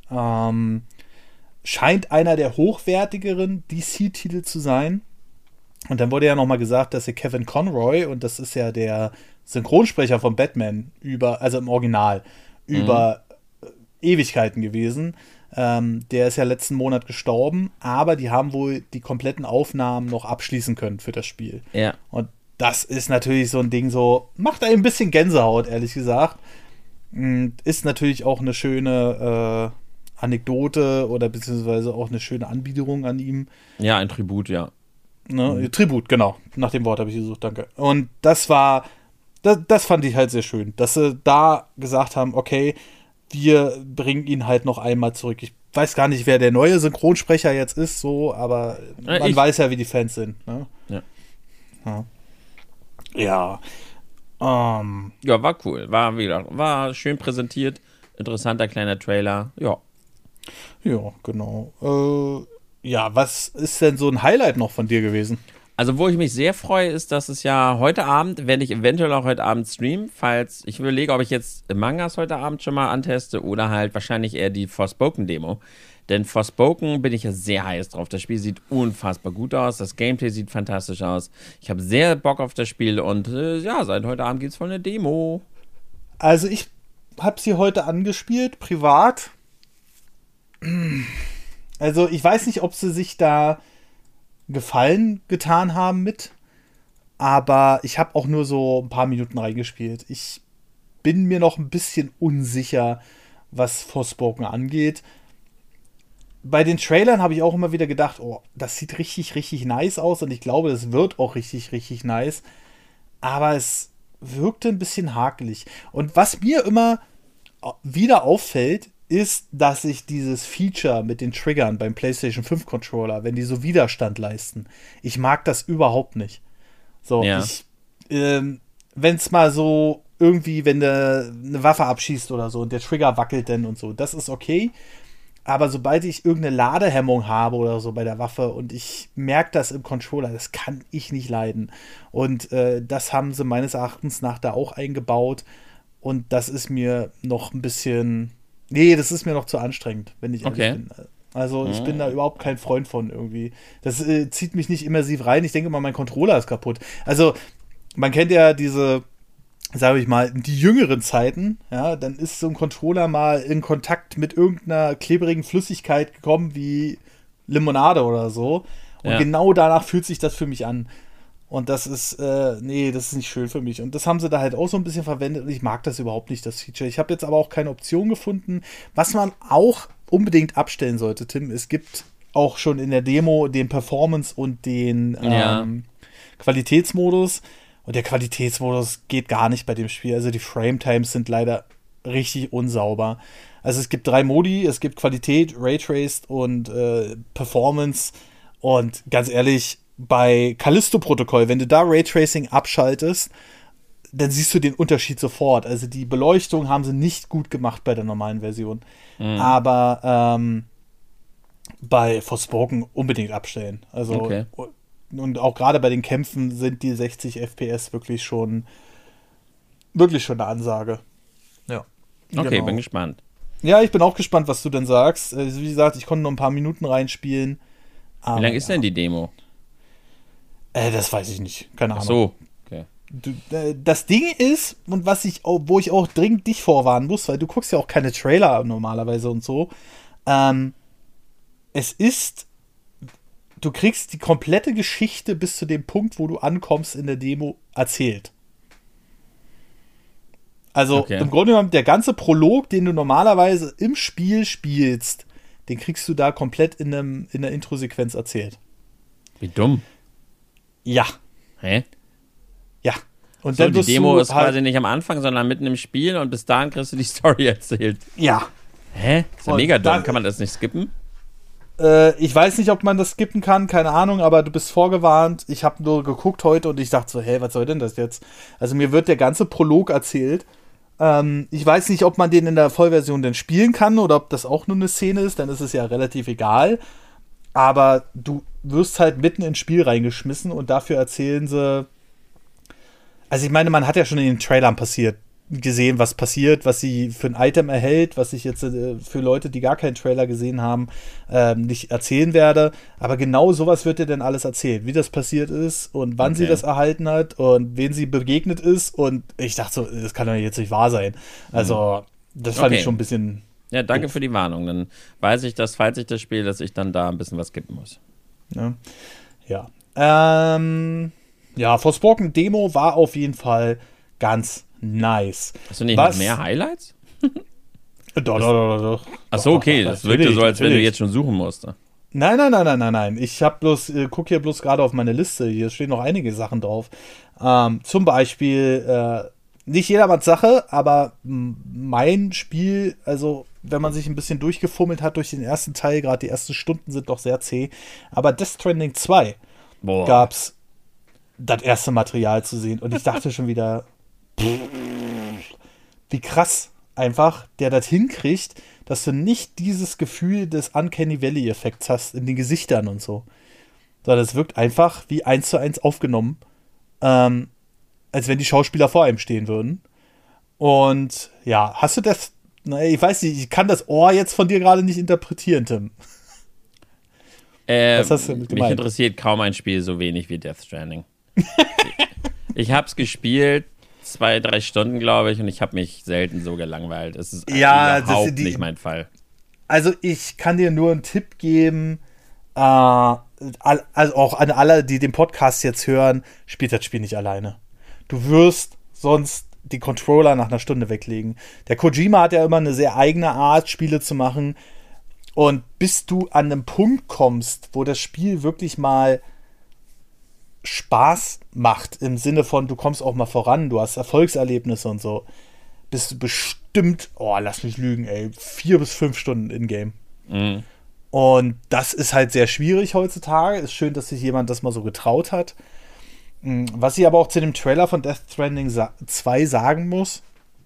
Scheint einer der hochwertigeren DC-Titel zu sein. Und dann wurde ja nochmal gesagt, dass der Kevin Conroy, und das ist ja der Synchronsprecher von Batman, also im Original, über Ewigkeiten gewesen. Der ist ja letzten Monat gestorben, aber die haben wohl die kompletten Aufnahmen noch abschließen können für das Spiel. Ja. Und das ist natürlich so ein Ding, so macht ein bisschen Gänsehaut, ehrlich gesagt. Ist natürlich auch eine schöne Anekdote oder beziehungsweise auch eine schöne Anbiederung an ihm. Ja, ein Tribut, ja. Ne? Tribut, genau. Nach dem Wort habe ich gesucht, danke. Und das fand ich halt sehr schön, dass sie da gesagt haben, okay, wir bringen ihn halt noch einmal zurück. Ich weiß gar nicht, wer der neue Synchronsprecher jetzt ist, so, aber man weiß ja, wie die Fans sind. Ne? Ja. Ja. Ja, war cool. War schön präsentiert. Interessanter kleiner Trailer. Ja. Ja, genau. Ja, was ist denn so ein Highlight noch von dir gewesen? Also, wo ich mich sehr freue, ist, dass es ja heute Abend, werde ich eventuell auch heute Abend streamen, falls ich überlege, ob ich jetzt Mangas heute Abend schon mal anteste oder halt wahrscheinlich eher die Forspoken-Demo. Denn Forspoken bin ich ja sehr heiß drauf. Das Spiel sieht unfassbar gut aus, das Gameplay sieht fantastisch aus. Ich habe sehr Bock auf das Spiel und ja, seit heute Abend gibt es voll eine Demo. Also ich habe sie heute angespielt, privat. Also ich weiß nicht, ob sie sich da Gefallen getan haben mit, aber ich habe auch nur so ein paar Minuten reingespielt. Ich bin mir noch ein bisschen unsicher, was Forspoken angeht. Bei den Trailern habe ich auch immer wieder gedacht, oh, das sieht richtig, richtig nice aus und ich glaube, das wird auch richtig, richtig nice. Aber es wirkte ein bisschen hakelig. Und was mir immer wieder auffällt, ist, dass ich dieses Feature mit den Triggern beim PlayStation 5 Controller, wenn die so Widerstand leisten, ich mag das überhaupt nicht. So, Ja. wenn es mal so irgendwie, wenn du eine Waffe abschießt oder so und der Trigger wackelt dann und so, das ist okay. Aber sobald ich irgendeine Ladehemmung habe oder so bei der Waffe und ich merke das im Controller, das kann ich nicht leiden. Und das haben sie meines Erachtens nach da auch eingebaut. Und das ist mir noch ein bisschen. Nee, das ist mir noch zu anstrengend, wenn ich ehrlich bin. Also ich bin da überhaupt kein Freund von irgendwie. Das zieht mich nicht immersiv rein. Ich denke mal, mein Controller ist kaputt. Also man kennt ja diese, sage ich mal, die jüngeren Zeiten, ja, dann ist so ein Controller mal in Kontakt mit irgendeiner klebrigen Flüssigkeit gekommen, wie Limonade oder so. Und genau danach fühlt sich das für mich an. Und das ist, nee, das ist nicht schön für mich. Und das haben sie da halt auch so ein bisschen verwendet und ich mag das überhaupt nicht, das Feature. Ich habe jetzt aber auch keine Option gefunden. Was man auch unbedingt abstellen sollte, Tim, es gibt auch schon in der Demo den Performance- und den Qualitätsmodus. Und der Qualitätsmodus geht gar nicht bei dem Spiel. Also die Frame-Times sind leider richtig unsauber. Also es gibt 3 Modi, es gibt Qualität, Raytraced und Performance. Und ganz ehrlich, bei Callisto-Protokoll, wenn du da Raytracing abschaltest, dann siehst du den Unterschied sofort. Also die Beleuchtung haben sie nicht gut gemacht bei der normalen Version. Aber bei Forspoken unbedingt abstellen. Also Okay. und auch gerade bei den Kämpfen sind die 60 FPS wirklich schon eine Ansage. Ja. Okay, Genau. bin gespannt. Ja, ich bin auch gespannt, was du denn sagst. Also, wie gesagt, ich konnte nur ein paar Minuten reinspielen. Wie lang ist denn die Demo? Das weiß ich nicht. Keine Ach Ahnung. so. Okay. Das Ding ist, und wo ich auch dringend dich vorwarnen muss, weil du guckst ja auch keine Trailer normalerweise und so. Es ist, du kriegst die komplette Geschichte bis zu dem Punkt, wo du ankommst in der Demo, erzählt. Also im Grunde genommen, der ganze Prolog, den du normalerweise im Spiel spielst, den kriegst du da komplett in der Intro-Sequenz erzählt. Wie dumm. Ja. Hä? Ja. Und So, dann die wirst Demo du ist quasi nicht am Anfang, sondern mitten im Spiel und bis dahin kriegst du die Story erzählt. Ja. Hä? Ist ja Und mega dumm. dann- Kann man das nicht skippen? Ich weiß nicht, ob man das skippen kann, keine Ahnung, aber du bist vorgewarnt. Ich habe nur geguckt heute und ich dachte so, hey, was soll denn das jetzt? Also mir wird der ganze Prolog erzählt. Ich weiß nicht, ob man den in der Vollversion denn spielen kann oder ob das auch nur eine Szene ist, dann ist es ja relativ egal. Aber du wirst halt mitten ins Spiel reingeschmissen und dafür erzählen sie. Also ich meine, man hat ja schon in den Trailern gesehen, was passiert, was sie für ein Item erhält, was ich jetzt für Leute, die gar keinen Trailer gesehen haben, nicht erzählen werde. Aber genau sowas wird dir denn alles erzählt, wie das passiert ist und wann sie das erhalten hat und wen sie begegnet ist. Und ich dachte so, das kann doch jetzt nicht wahr sein. Also das fand ich schon ein bisschen. Ja, danke für die Warnung. Dann weiß ich, dass, falls ich das spiele, dass ich dann da ein bisschen was skippen muss. Ne? Ja. Ja, Forspoken Demo war auf jeden Fall ganz nice. Hast du nicht noch mehr Highlights? Doch. Achso, okay, das wirkte so, als wenn du jetzt schon suchen musst. Nein. Ich gucke hier bloß gerade auf meine Liste. Hier stehen noch einige Sachen drauf. Zum Beispiel, nicht jedermanns Sache, aber mein Spiel, also wenn man sich ein bisschen durchgefummelt hat durch den ersten Teil, gerade die ersten Stunden sind doch sehr zäh. Aber Death Stranding 2 gab's das erste Material zu sehen. Und ich dachte schon wieder, wie krass einfach der das hinkriegt, dass du nicht dieses Gefühl des Uncanny Valley-Effekts hast in den Gesichtern und so. sondern es wirkt einfach wie 1:1 aufgenommen, als wenn die Schauspieler vor einem stehen würden. Und ja, hast du das, ich weiß nicht, ich kann das Ohr jetzt von dir gerade nicht interpretieren, Tim. Was hast du damit gemeint? Mich interessiert kaum ein Spiel so wenig wie Death Stranding. Ich hab's gespielt, 2-3 Stunden, glaube ich, und ich habe mich selten so gelangweilt. Es ist überhaupt nicht mein Fall. Also ich kann dir nur einen Tipp geben, also auch an alle, die den Podcast jetzt hören, spielt das Spiel nicht alleine. Du wirst sonst die Controller nach einer Stunde weglegen. Der Kojima hat ja immer eine sehr eigene Art, Spiele zu machen. Und bis du an einen Punkt kommst, wo das Spiel wirklich mal Spaß macht, im Sinne von, du kommst auch mal voran, du hast Erfolgserlebnisse und so, bist du bestimmt, lass mich lügen, 4 bis 5 Stunden in-game. Mhm. Und das ist halt sehr schwierig heutzutage. Ist schön, dass sich jemand das mal so getraut hat. Was ich aber auch zu dem Trailer von Death Stranding 2 sagen muss,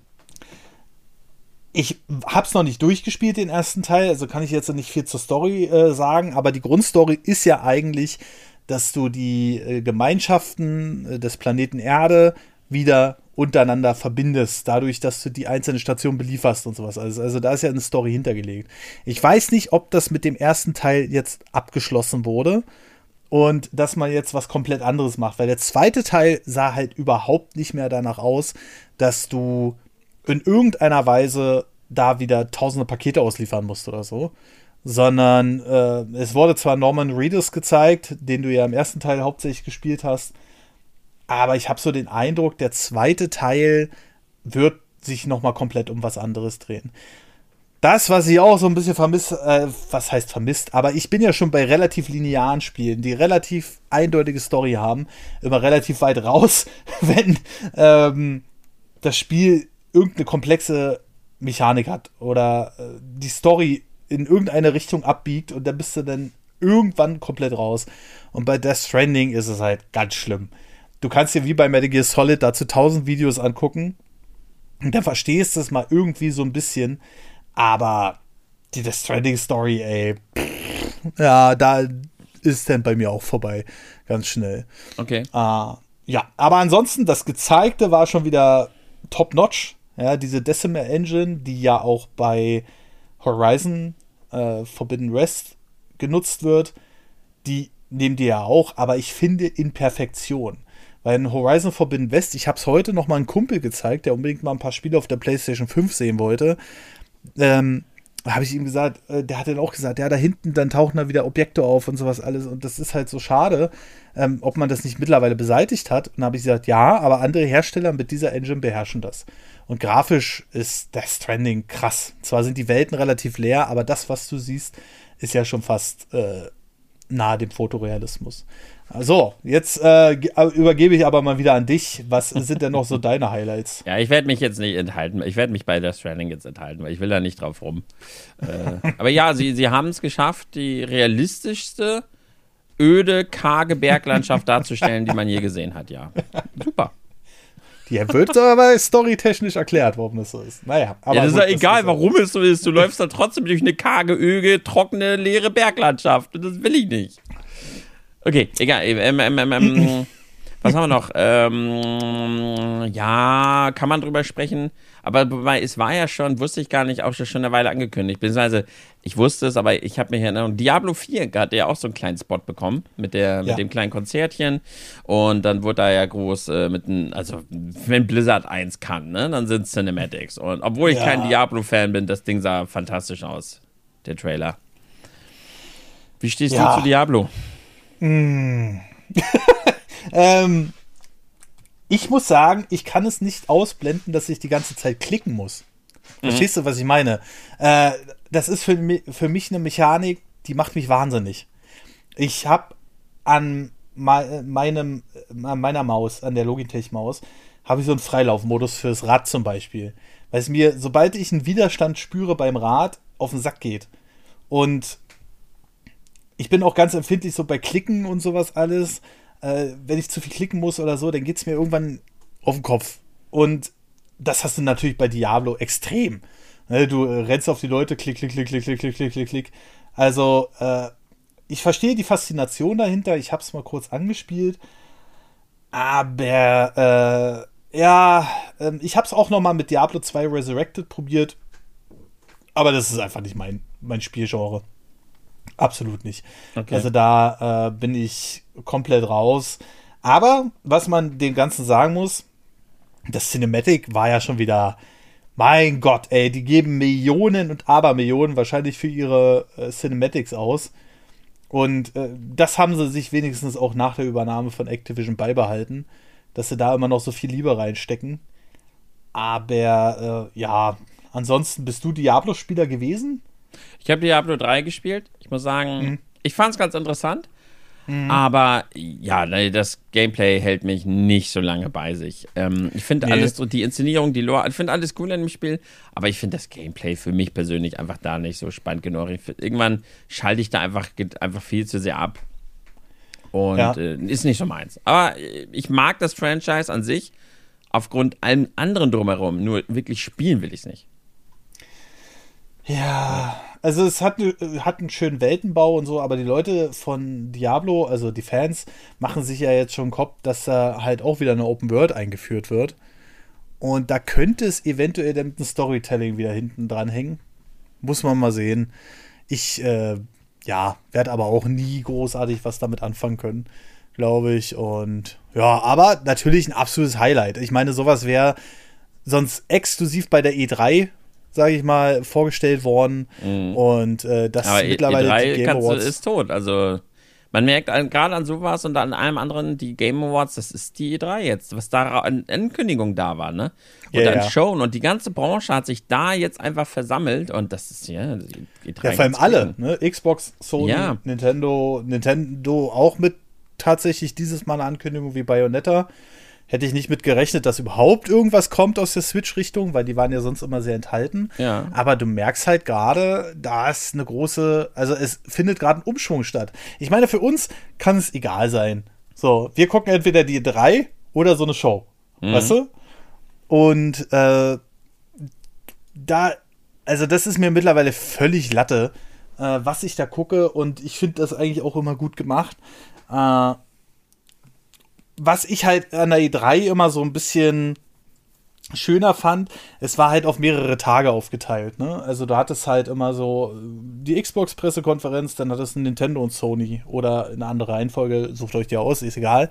ich hab's noch nicht durchgespielt, den ersten Teil, also kann ich jetzt nicht viel zur Story sagen, aber die Grundstory ist ja eigentlich, dass du die Gemeinschaften des Planeten Erde wieder untereinander verbindest, dadurch, dass du die einzelnen Stationen belieferst und sowas. Also da ist ja eine Story hintergelegt. Ich weiß nicht, ob das mit dem ersten Teil jetzt abgeschlossen wurde und dass man jetzt was komplett anderes macht, weil der zweite Teil sah halt überhaupt nicht mehr danach aus, dass du in irgendeiner Weise da wieder tausende Pakete ausliefern musst oder so, sondern es wurde zwar Norman Reedus gezeigt, den du ja im ersten Teil hauptsächlich gespielt hast, aber ich habe so den Eindruck, der zweite Teil wird sich nochmal komplett um was anderes drehen. Das, was ich auch so ein bisschen was heißt vermisst, aber ich bin ja schon bei relativ linearen Spielen, die relativ eindeutige Story haben, immer relativ weit raus, wenn das Spiel irgendeine komplexe Mechanik hat oder die Story in irgendeine Richtung abbiegt und da bist du dann irgendwann komplett raus. Und bei Death Stranding ist es halt ganz schlimm. Du kannst dir wie bei Metal Gear Solid dazu 1000 Videos angucken und dann verstehst du es mal irgendwie so ein bisschen, aber die Death Stranding Story, ja, da ist dann bei mir auch vorbei, ganz schnell. Okay. Ja, aber ansonsten, das Gezeigte war schon wieder top-notch. Ja, diese Decima Engine, die ja auch bei Horizon Forbidden West genutzt wird, die nehmen die ja auch, aber ich finde in Perfektion. Weil in Horizon Forbidden West, ich habe es heute noch mal einem Kumpel gezeigt, der unbedingt mal ein paar Spiele auf der PlayStation 5 sehen wollte, habe ich ihm gesagt, der hat dann auch gesagt, ja, da hinten, dann tauchen da wieder Objekte auf und sowas alles und das ist halt so schade, ob man das nicht mittlerweile beseitigt hat. Und dann habe ich gesagt, ja, aber andere Hersteller mit dieser Engine beherrschen das. Und grafisch ist Death Stranding krass. Zwar sind die Welten relativ leer, aber das, was du siehst, ist ja schon fast nahe dem Fotorealismus. So, jetzt übergebe ich aber mal wieder an dich. Was sind denn noch so deine Highlights? Ja, ich werde mich jetzt nicht enthalten. Ich werde mich bei Death Stranding jetzt enthalten, weil ich will da nicht drauf rum. Aber ja, sie haben es geschafft, die realistischste, öde, karge Berglandschaft darzustellen, die man je gesehen hat, ja. Super. Die wird aber storytechnisch erklärt, warum das so ist. Naja, aber ja, das ist ja egal, warum es so ist. Du läufst da trotzdem durch eine karge, öde, trockene, leere Berglandschaft. Und das will ich nicht. Okay, egal. Was haben wir noch? Ja, kann man drüber sprechen. Aber es war ja schon, wusste ich gar nicht, auch schon eine Weile angekündigt. Beziehungsweise, ich wusste es, aber ich habe mir hier Diablo 4 hat ja auch so einen kleinen Spot bekommen mit dem kleinen Konzertchen. Und dann wurde da ja groß also wenn Blizzard 1 kann, ne, dann sind es Cinematics. Und obwohl ich kein Diablo-Fan bin, das Ding sah fantastisch aus, der Trailer. Wie stehst du zu Diablo? Ich muss sagen, ich kann es nicht ausblenden, dass ich die ganze Zeit klicken muss. Verstehst du, was ich meine? Das ist für mich eine Mechanik, die macht mich wahnsinnig. Ich habe an meiner Maus, an der Logitech-Maus, habe ich so einen Freilaufmodus fürs Rad zum Beispiel. Weil es mir, sobald ich einen Widerstand spüre beim Rad, auf den Sack geht. Und ich bin auch ganz empfindlich so bei Klicken und sowas alles. Wenn ich zu viel klicken muss oder so, dann geht es mir irgendwann auf den Kopf. Und das hast du natürlich bei Diablo extrem. Du rennst auf die Leute, klick, klick, klick, klick, klick, klick, klick, klick, klick. Also, ich verstehe die Faszination dahinter. Ich habe es mal kurz angespielt. Aber, ich habe es auch noch mal mit Diablo 2 Resurrected probiert. Aber das ist einfach nicht mein Spielgenre. Absolut nicht. Okay. Also da bin ich komplett raus. Aber was man dem Ganzen sagen muss, das Cinematic war ja schon wieder, mein Gott, ey, die geben Millionen und Abermillionen wahrscheinlich für ihre Cinematics aus. Und das haben sie sich wenigstens auch nach der Übernahme von Activision beibehalten, dass sie da immer noch so viel Liebe reinstecken. Aber ansonsten bist du Diablo-Spieler gewesen? Ich habe Diablo 3 gespielt. Ich muss sagen, ich fand es ganz interessant. Aber ja, das Gameplay hält mich nicht so lange bei sich. Ich finde alles, die Inszenierung, die Lore, ich finde alles cool in dem Spiel, aber ich finde das Gameplay für mich persönlich einfach da nicht so spannend genug. Irgendwann schalte ich da einfach viel zu sehr ab. Und ist nicht so meins. Aber ich mag das Franchise an sich, aufgrund allem anderen drumherum. Nur wirklich spielen will ich es nicht. Ja, also es hat einen schönen Weltenbau und so, aber die Leute von Diablo, also die Fans, machen sich ja jetzt schon im Kopf, dass da halt auch wieder eine Open World eingeführt wird. Und da könnte es eventuell dann mit dem Storytelling wieder hinten dran hängen. Muss man mal sehen. Ich, werde aber auch nie großartig was damit anfangen können, glaube ich. Und ja, aber natürlich ein absolutes Highlight. Ich meine, sowas wäre sonst exklusiv bei der E3, sage ich mal, vorgestellt worden. Und das aber mittlerweile E3 die Game Awards ist tot. Also man merkt gerade an sowas und an allem anderen, die Game Awards, das ist die E3 jetzt, was da an Ankündigung da war, ne? Und an Showen und die ganze Branche hat sich da jetzt einfach versammelt und das ist die E3. Ja, vor allem alle, ne? Xbox, Sony, Nintendo auch mit tatsächlich dieses Mal eine Ankündigung wie Bayonetta. Hätte ich nicht mit gerechnet, dass überhaupt irgendwas kommt aus der Switch-Richtung, weil die waren ja sonst immer sehr enthalten. Ja. Aber du merkst halt gerade, da ist eine große, also es findet gerade ein Umschwung statt. Ich meine, für uns kann es egal sein. So, wir gucken entweder die 3 oder so eine Show. Weißt du? Und das ist mir mittlerweile völlig Latte, was ich da gucke. Und ich finde das eigentlich auch immer gut gemacht. Was ich halt an der E3 immer so ein bisschen schöner fand, es war halt auf mehrere Tage aufgeteilt, ne? Also du hattest halt immer so die Xbox-Pressekonferenz, dann hattest du Nintendo und Sony oder eine andere Reihenfolge, sucht euch die aus, ist egal.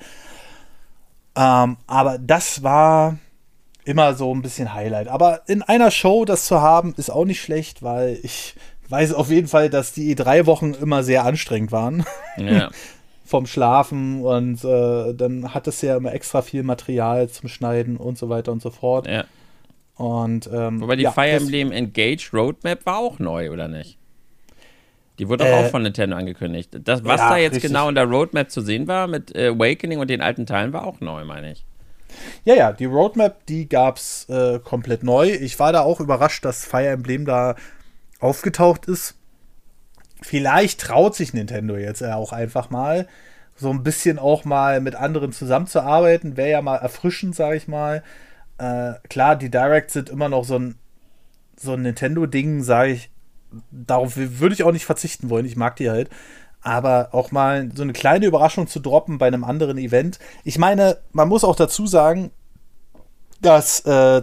Aber das war immer so ein bisschen Highlight. Aber in einer Show das zu haben, ist auch nicht schlecht, weil ich weiß auf jeden Fall, dass die E3-Wochen immer sehr anstrengend waren. Ja. Vom Schlafen und dann hat es ja immer extra viel Material zum Schneiden und so weiter und so fort. Ja. Und, wobei die Fire Emblem Engage Roadmap war auch neu, oder nicht? Die wurde auch von Nintendo angekündigt. Das, was da jetzt richtig genau in der Roadmap zu sehen war mit Awakening und den alten Teilen, war auch neu, meine ich. Ja, die Roadmap, die gab's komplett neu. Ich war da auch überrascht, dass Fire Emblem da aufgetaucht ist. Vielleicht traut sich Nintendo jetzt auch einfach mal, so ein bisschen auch mal mit anderen zusammenzuarbeiten. Wäre ja mal erfrischend, sage ich mal. Klar, die Directs sind immer noch so ein Nintendo-Ding, sage ich. Darauf würde ich auch nicht verzichten wollen. Ich mag die halt. Aber auch mal so eine kleine Überraschung zu droppen bei einem anderen Event. Ich meine, man muss auch dazu sagen, dass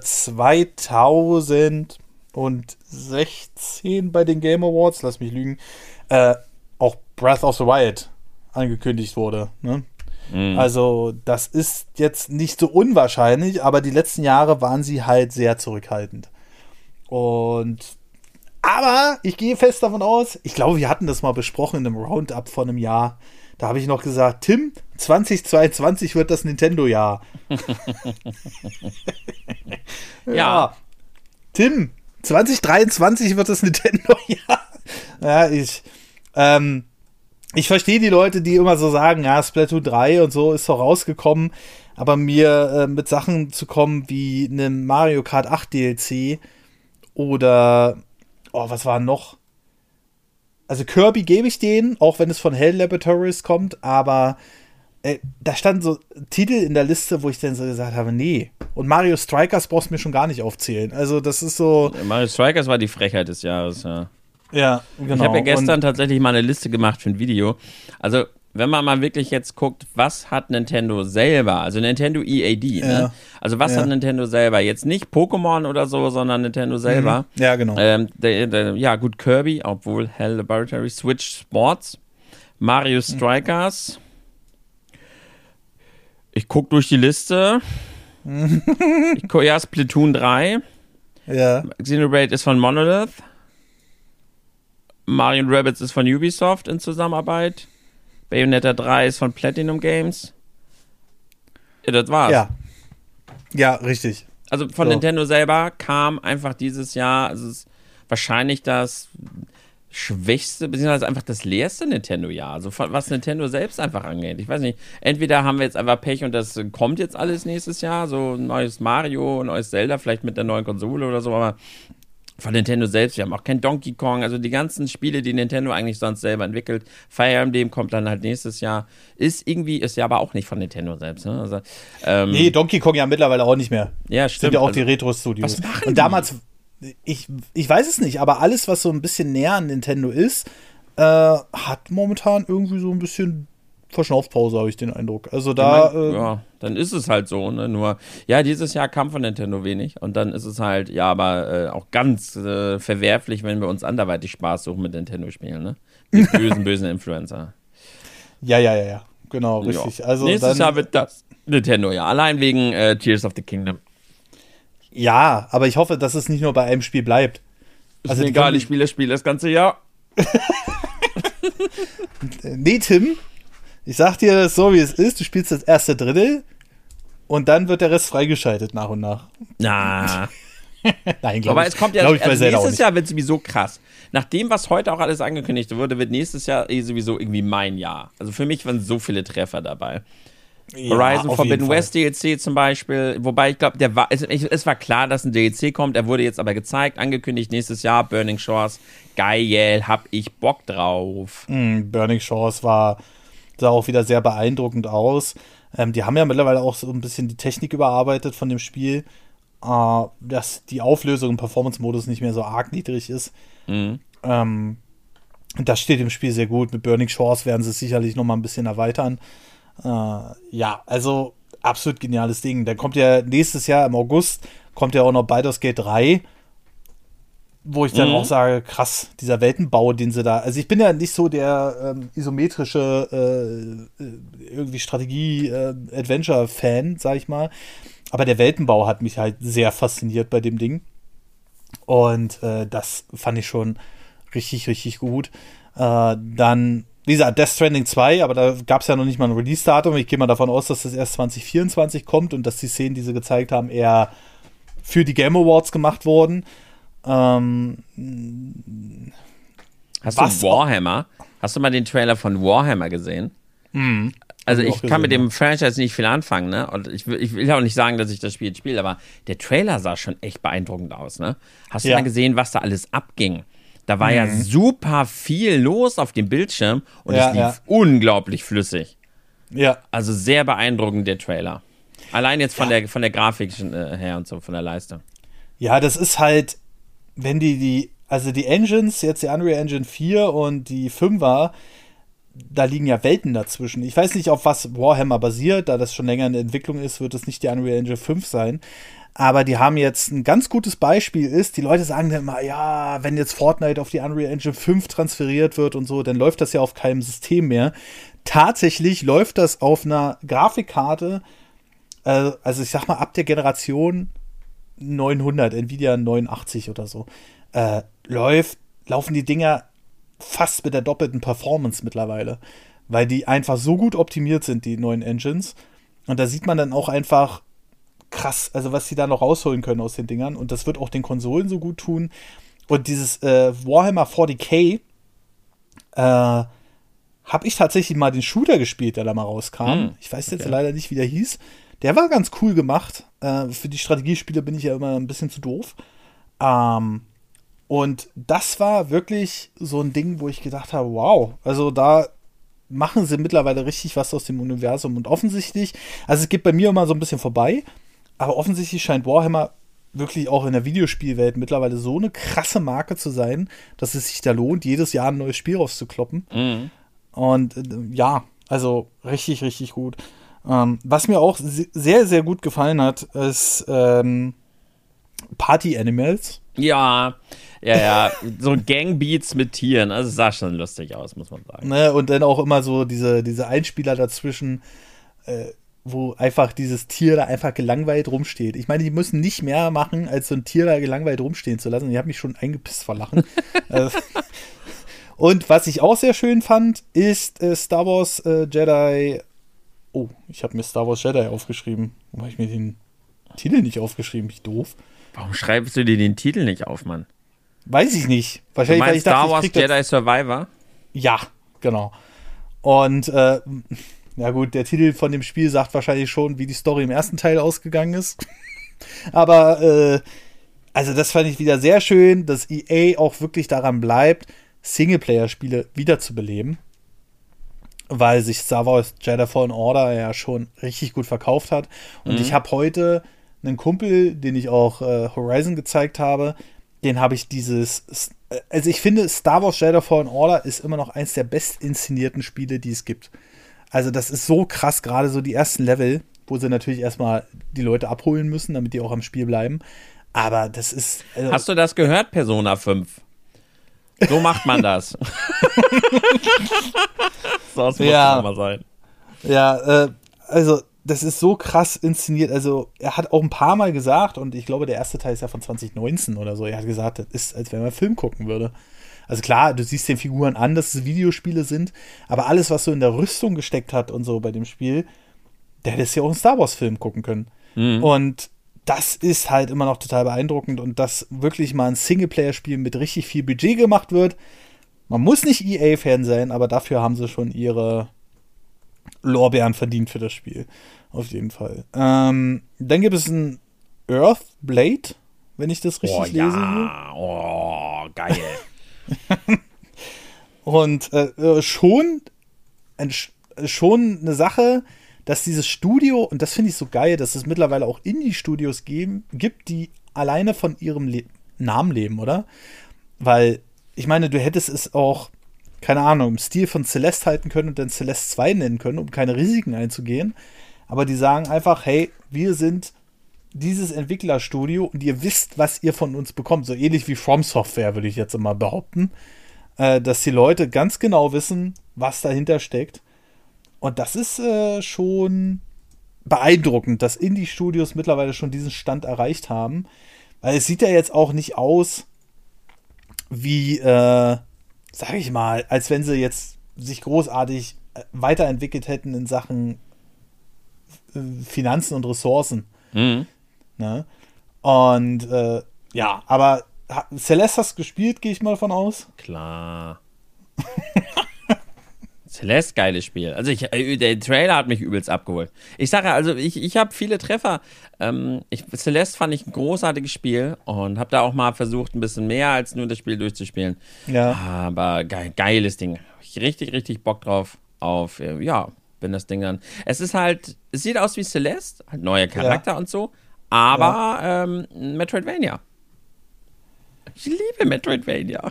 2016 bei den Game Awards, lass mich lügen, auch Breath of the Wild angekündigt wurde. Ne? Also das ist jetzt nicht so unwahrscheinlich, aber die letzten Jahre waren sie halt sehr zurückhaltend. Aber ich gehe fest davon aus, ich glaube, wir hatten das mal besprochen in einem Roundup vor einem Jahr. Da habe ich noch gesagt, Tim, 2022 wird das Nintendo-Jahr. Ja. Tim, 2023 wird das Nintendo-Jahr. Ja, ich verstehe die Leute, die immer so sagen, ja, Splatoon 3 und so ist doch rausgekommen, aber mir mit Sachen zu kommen wie einem Mario Kart 8 DLC oder, was war noch? Also Kirby gebe ich denen, auch wenn es von Hell Laboratories kommt, aber da standen so Titel in der Liste, wo ich dann so gesagt habe, nee. Und Mario Strikers brauchst du mir schon gar nicht aufzählen. Also das ist so... Mario Strikers war die Frechheit des Jahres, ja. Ja, genau. Ich habe ja gestern tatsächlich mal eine Liste gemacht für ein Video. Also, wenn man mal wirklich jetzt guckt, was hat Nintendo selber, also Nintendo EAD, ne? Also, was hat Nintendo selber? Jetzt nicht Pokémon oder so, sondern Nintendo selber. Ja, genau. Ja, gut, Kirby, obwohl Hell Laboratory, Switch Sports, Mario Strikers. Ich gucke durch die Liste. Splatoon 3. Ja. Xenoblade ist von Monolith. Mario & Rabbids ist von Ubisoft in Zusammenarbeit. Bayonetta 3 ist von Platinum Games. Ja, das war's. Ja, richtig. Also von Nintendo selber kam einfach dieses Jahr, also es ist wahrscheinlich das schwächste, beziehungsweise einfach das leerste Nintendo-Jahr. Also was Nintendo selbst einfach angeht. Ich weiß nicht, entweder haben wir jetzt einfach Pech und das kommt jetzt alles nächstes Jahr, so ein neues Mario, ein neues Zelda, vielleicht mit der neuen Konsole oder so, aber von Nintendo selbst, wir haben auch kein Donkey Kong, also die ganzen Spiele, die Nintendo eigentlich sonst selber entwickelt. Fire Emblem kommt dann halt nächstes Jahr. Ist ja aber auch nicht von Nintendo selbst. Ne? Also, nee, Donkey Kong ja mittlerweile auch nicht mehr. Ja, stimmt. Sind ja auch die Retro-Studios. Was machen und damals, ich weiß es nicht, aber alles, was so ein bisschen näher an Nintendo ist, hat momentan irgendwie so ein bisschen Verschnaufpause, habe ich den Eindruck. Also da. Dann ist es halt so, ne? Nur, ja, dieses Jahr kam von Nintendo wenig und dann ist es halt, ja, aber auch ganz verwerflich, wenn wir uns anderweitig Spaß suchen mit Nintendo-Spielen, ne? Die bösen Influencer. Ja. Genau, richtig. Ja. Also nächstes Jahr wird das Nintendo, ja. Allein wegen Tears of the Kingdom. Ja, aber ich hoffe, dass es nicht nur bei einem Spiel bleibt. Also ist mir egal, ich spiele das ganze Jahr. Nee, Tim, ich sag dir das so, wie es ist. Du spielst das erste Drittel und dann wird der Rest freigeschaltet nach und nach. Na. Nein, glaube ich. Aber es kommt ja, also nächstes Jahr wird sowieso krass. Nach dem, was heute auch alles angekündigt wurde, wird nächstes Jahr sowieso irgendwie mein Jahr. Also für mich waren so viele Treffer dabei. Ja, Horizon Forbidden West DLC zum Beispiel, wobei ich glaube, es war klar, dass ein DLC kommt, er wurde jetzt aber gezeigt, angekündigt nächstes Jahr, Burning Shores, geil, hab ich Bock drauf. Burning Shores sah auch wieder sehr beeindruckend aus. Die haben ja mittlerweile auch so ein bisschen die Technik überarbeitet von dem Spiel, dass die Auflösung im Performance-Modus nicht mehr so arg niedrig ist. Das steht im Spiel sehr gut. Mit Burning Shores werden sie es sicherlich noch mal ein bisschen erweitern. Ja, also absolut geniales Ding. Da kommt ja nächstes Jahr im August kommt ja auch noch Baldur's Gate 3, wo ich dann auch sage, krass, dieser Weltenbau, den sie da, also ich bin ja nicht so der isometrische irgendwie Strategie-Adventure-Fan, sag ich mal, aber der Weltenbau hat mich halt sehr fasziniert bei dem Ding und das fand ich schon richtig, richtig gut. Dann wie gesagt, Death Stranding 2, aber da gab es ja noch nicht mal ein Release-Datum. Ich gehe mal davon aus, dass das erst 2024 kommt und dass die Szenen, die sie gezeigt haben, eher für die Game Awards gemacht wurden. Hast du Warhammer? Hast du mal den Trailer von Warhammer gesehen? Also ich kann mit dem Franchise nicht viel anfangen, ne? Und ich will auch nicht sagen, dass ich das Spiel jetzt spiele, aber der Trailer sah schon echt beeindruckend aus, ne? Hast du mal gesehen, was da alles abging? Da war ja super viel los auf dem Bildschirm und es lief unglaublich flüssig. Ja. Also sehr beeindruckend, der Trailer. Allein jetzt von der Grafik her und so, von der Leistung. Ja, das ist halt, wenn die Engines, jetzt die Unreal Engine 4 und die 5er, da liegen ja Welten dazwischen. Ich weiß nicht, auf was Warhammer basiert, da das schon länger in der Entwicklung ist, wird es nicht die Unreal Engine 5 sein. Aber die haben jetzt ein ganz gutes Beispiel die Leute sagen dann immer, ja, wenn jetzt Fortnite auf die Unreal Engine 5 transferiert wird und so, dann läuft das ja auf keinem System mehr. Tatsächlich läuft das auf einer Grafikkarte, also ich sag mal ab der Generation 900, Nvidia 89 oder so, laufen die Dinger fast mit der doppelten Performance mittlerweile, weil die einfach so gut optimiert sind, die neuen Engines. Und da sieht man dann auch einfach, krass, also was sie da noch rausholen können aus den Dingern und das wird auch den Konsolen so gut tun und dieses Warhammer 40k habe ich tatsächlich mal den Shooter gespielt, der da mal rauskam. Ich weiß jetzt leider nicht, wie der hieß. Der war ganz cool gemacht. Für die Strategiespiele bin ich ja immer ein bisschen zu doof. Und das war wirklich so ein Ding, wo ich gedacht habe, wow, also da machen sie mittlerweile richtig was aus dem Universum und offensichtlich, also es geht bei mir immer so ein bisschen vorbei, aber offensichtlich scheint Warhammer wirklich auch in der Videospielwelt mittlerweile so eine krasse Marke zu sein, dass es sich da lohnt, jedes Jahr ein neues Spiel rauszukloppen. Mhm. Und ja, also richtig, richtig gut. Was mir auch sehr, sehr gut gefallen hat, ist Party Animals. Ja, so Gangbeats mit Tieren, also es sah schon lustig aus, muss man sagen. Ne? Und dann auch immer so diese Einspieler dazwischen, wo einfach dieses Tier da einfach gelangweilt rumsteht. Ich meine, die müssen nicht mehr machen, als so ein Tier da gelangweilt rumstehen zu lassen. Ich habe mich schon eingepisst vor Lachen. Und was ich auch sehr schön fand, ist Star Wars Jedi. Oh, ich habe mir Star Wars Jedi aufgeschrieben. Warum habe ich mir den Titel nicht aufgeschrieben? Ich doof. Warum schreibst du dir den Titel nicht auf, Mann? Weiß ich nicht. Du Wahrscheinlich, weil ich meinst dachte, Star Wars Jedi Survivor? Ja, genau. Und ja gut, der Titel von dem Spiel sagt wahrscheinlich schon, wie die Story im ersten Teil ausgegangen ist. Aber also das fand ich wieder sehr schön, dass EA auch wirklich daran bleibt, Singleplayer-Spiele wiederzubeleben. Weil sich Star Wars Jedi Fallen Order ja schon richtig gut verkauft hat. Und ich habe heute einen Kumpel, den ich auch Horizon gezeigt habe, den habe ich also ich finde, Star Wars Jedi Fallen Order ist immer noch eins der best inszenierten Spiele, die es gibt. Also das ist so krass, gerade so die ersten Level, wo sie natürlich erstmal die Leute abholen müssen, damit die auch am Spiel bleiben. Aber das ist... Hast du das gehört, Persona 5? So macht man das. Sonst muss es mal sein. Ja, also das ist so krass inszeniert. Also er hat auch ein paar Mal gesagt, und ich glaube, der erste Teil ist ja von 2019 oder so, er hat gesagt, das ist, als wenn man einen Film gucken würde. Also klar, du siehst den Figuren an, dass es Videospiele sind, aber alles, was so in der Rüstung gesteckt hat und so bei dem Spiel, der hätte es ja auch einen Star Wars-Film gucken können. Und das ist halt immer noch total beeindruckend, und dass wirklich mal ein Singleplayer-Spiel mit richtig viel Budget gemacht wird. Man muss nicht EA-Fan sein, aber dafür haben sie schon ihre Lorbeeren verdient für das Spiel. Auf jeden Fall. Dann gibt es ein Earthblade, wenn ich das richtig lese. Oh, geil. Und schon eine Sache, dass dieses Studio, und das finde ich so geil, dass es mittlerweile auch Indie-Studios gibt, die alleine von ihrem Namen leben, oder? Weil, ich meine, du hättest es auch, keine Ahnung, im Stil von Celeste halten können und dann Celeste 2 nennen können, um keine Risiken einzugehen. Aber die sagen einfach, hey, wir sind dieses Entwicklerstudio und ihr wisst, was ihr von uns bekommt. So ähnlich wie From Software, würde ich jetzt immer behaupten. Dass die Leute ganz genau wissen, was dahinter steckt. Und das ist schon beeindruckend, dass Indie-Studios mittlerweile schon diesen Stand erreicht haben. Weil es sieht ja jetzt auch nicht aus wie, sag ich mal, als wenn sie jetzt sich großartig weiterentwickelt hätten in Sachen Finanzen und Ressourcen. Ne? Und ja, aber Celeste hast du gespielt, gehe ich mal von aus? Klar. Celeste, geiles Spiel. Also der Trailer hat mich übelst abgeholt. Ich sage ja, also ich habe viele Treffer. Celeste fand ich ein großartiges Spiel und habe da auch mal versucht, ein bisschen mehr als nur das Spiel durchzuspielen. Ja. Aber geiles Ding. Hab ich richtig, richtig Bock drauf. Wenn das Ding dann... Es sieht aus wie Celeste, halt neuer Charakter und so, aber Metroidvania. Ich liebe Metroidvania.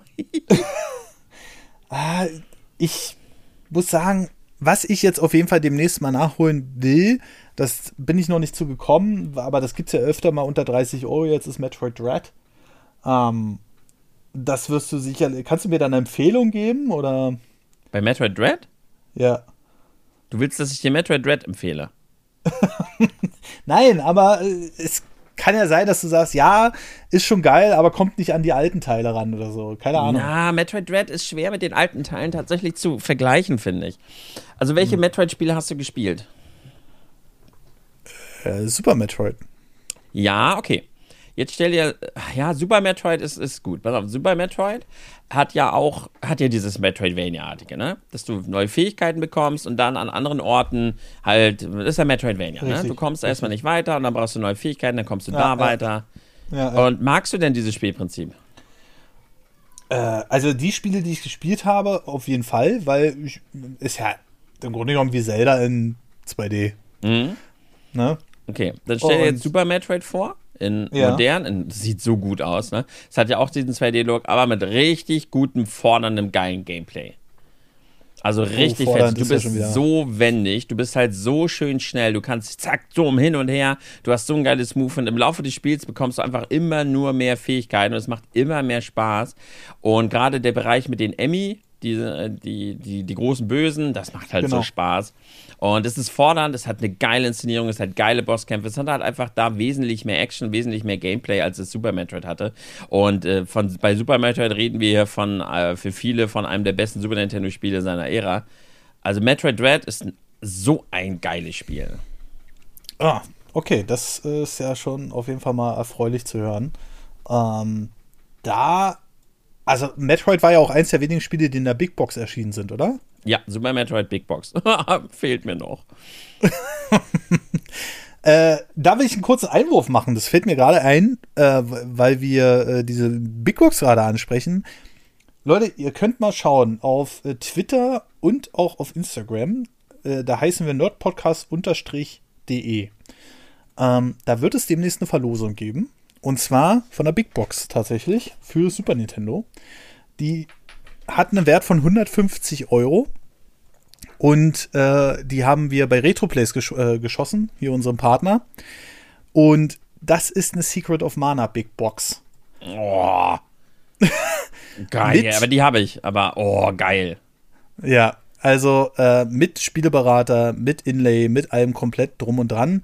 Ich muss sagen, was ich jetzt auf jeden Fall demnächst mal nachholen will, das bin ich noch nicht zugekommen, aber das gibt es ja öfter mal unter 30 Euro, jetzt ist Metroid Dread. Das wirst du sicherlich... Kannst du mir dann eine Empfehlung geben, oder? Bei Metroid Dread? Ja. Du willst, dass ich dir Metroid Dread empfehle? Nein, aber es kann ja sein, dass du sagst, ja, ist schon geil, aber kommt nicht an die alten Teile ran oder so. Keine Ahnung. Na, Metroid Dread ist schwer mit den alten Teilen tatsächlich zu vergleichen, finde ich. Also welche Metroid-Spiele hast du gespielt? Super Metroid. Ja, okay. Jetzt stell dir, Super Metroid ist gut. Pass auf, Super Metroid hat ja dieses Metroidvania-artige, ne? Dass du neue Fähigkeiten bekommst und dann an anderen Orten halt, das ist ja Metroidvania, ne? Du kommst erstmal nicht weiter und dann brauchst du neue Fähigkeiten, dann kommst du weiter. Ja. Und magst du denn dieses Spielprinzip? Also die Spiele, die ich gespielt habe, auf jeden Fall, weil ist ja im Grunde genommen wie Zelda in 2D. Mhm. Ne? Okay, dann stell dir jetzt Super Metroid vor. in modern. Sieht so gut aus, ne? Es hat ja auch diesen 2D-Look, aber mit richtig gutem, forderndem, geilen Gameplay. Also richtig fett. Du bist so wendig, du bist halt so schön schnell, du kannst zack, so hin und her, du hast so ein geiles Move und im Laufe des Spiels bekommst du einfach immer nur mehr Fähigkeiten und es macht immer mehr Spaß. Und gerade der Bereich mit den Emmy, die großen Bösen, das macht halt so Spaß. Und es ist fordernd, es hat eine geile Inszenierung, es hat geile Bosskämpfe, es hat halt einfach da wesentlich mehr Action, wesentlich mehr Gameplay, als es Super Metroid hatte. Und bei Super Metroid reden wir hier für viele von einem der besten Super Nintendo-Spiele seiner Ära. Also Metroid Dread ist so ein geiles Spiel. Ah, okay, das ist ja schon auf jeden Fall mal erfreulich zu hören. Also Metroid war ja auch eins der wenigen Spiele, die in der Big Box erschienen sind, oder? Ja, Super Metroid Big Box. Fehlt mir noch. Da will ich einen kurzen Einwurf machen. Das fällt mir gerade ein, weil wir diese Big Box gerade ansprechen. Leute, ihr könnt mal schauen auf Twitter und auch auf Instagram. Da heißen wir nerdpodcast_de. Da wird es demnächst eine Verlosung geben. Und zwar von der Big Box tatsächlich für Super Nintendo. Die hat einen Wert von 150 €. Und die haben wir bei Retroplays geschossen, hier unserem Partner. Und das ist eine Secret of Mana Big Box. Oh. Geil, aber die habe ich. Aber, geil. Ja, also mit Spieleberater, mit Inlay, mit allem komplett drum und dran.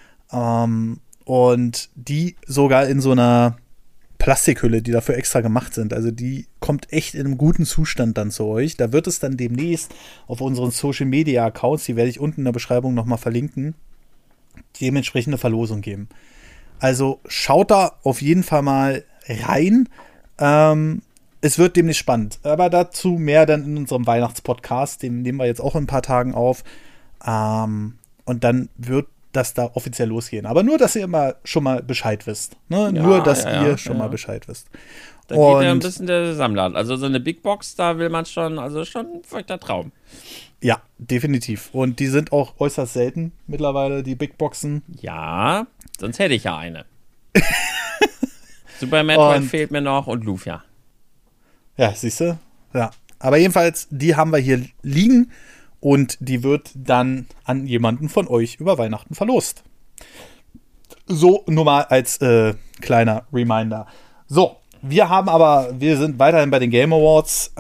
Und die sogar in so einer Plastikhülle, die dafür extra gemacht sind. Also die kommt echt in einem guten Zustand dann zu euch. Da wird es dann demnächst auf unseren Social-Media-Accounts, die werde ich unten in der Beschreibung nochmal verlinken, dementsprechende Verlosung geben. Also schaut da auf jeden Fall mal rein. Es wird demnächst spannend. Aber dazu mehr dann in unserem Weihnachtspodcast. Den nehmen wir jetzt auch in ein paar Tagen auf. Und dann wird das da offiziell losgehen. Aber nur, dass ihr immer schon mal Bescheid wisst. Ne? Ja, nur, dass ihr schon mal Bescheid wisst. Da geht ja ein bisschen der Sammler. Also so eine Big Box, da will man schon ein feuchter Traum. Ja, definitiv. Und die sind auch äußerst selten mittlerweile, die Big Boxen. Ja, sonst hätte ich ja eine. Super Metroid fehlt mir noch und Lufia. Ja, siehst du? Ja. Aber jedenfalls, die haben wir hier liegen. Und die wird dann an jemanden von euch über Weihnachten verlost. So, nur mal als kleiner Reminder. So, wir sind weiterhin bei den Game Awards.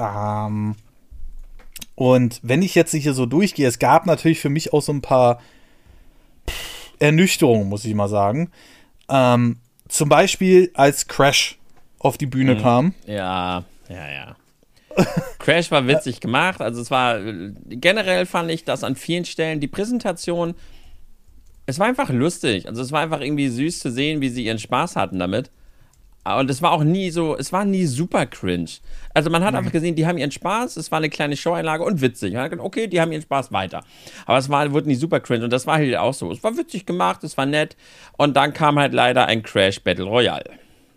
Und wenn ich jetzt hier so durchgehe, es gab natürlich für mich auch so ein paar Ernüchterungen, muss ich mal sagen. Zum Beispiel, als Crash auf die Bühne kam. Ja. Crash war witzig gemacht, also generell fand ich das an vielen Stellen, die Präsentation, es war einfach lustig, also es war einfach irgendwie süß zu sehen, wie sie ihren Spaß hatten damit. Und es war nie super cringe. Also man hat einfach gesehen, die haben ihren Spaß, es war eine kleine Showeinlage und witzig. Man hat gedacht, okay, die haben ihren Spaß weiter. Aber wurde nie super cringe und das war halt auch so. Es war witzig gemacht, es war nett und dann kam halt leider ein Crash Battle Royale.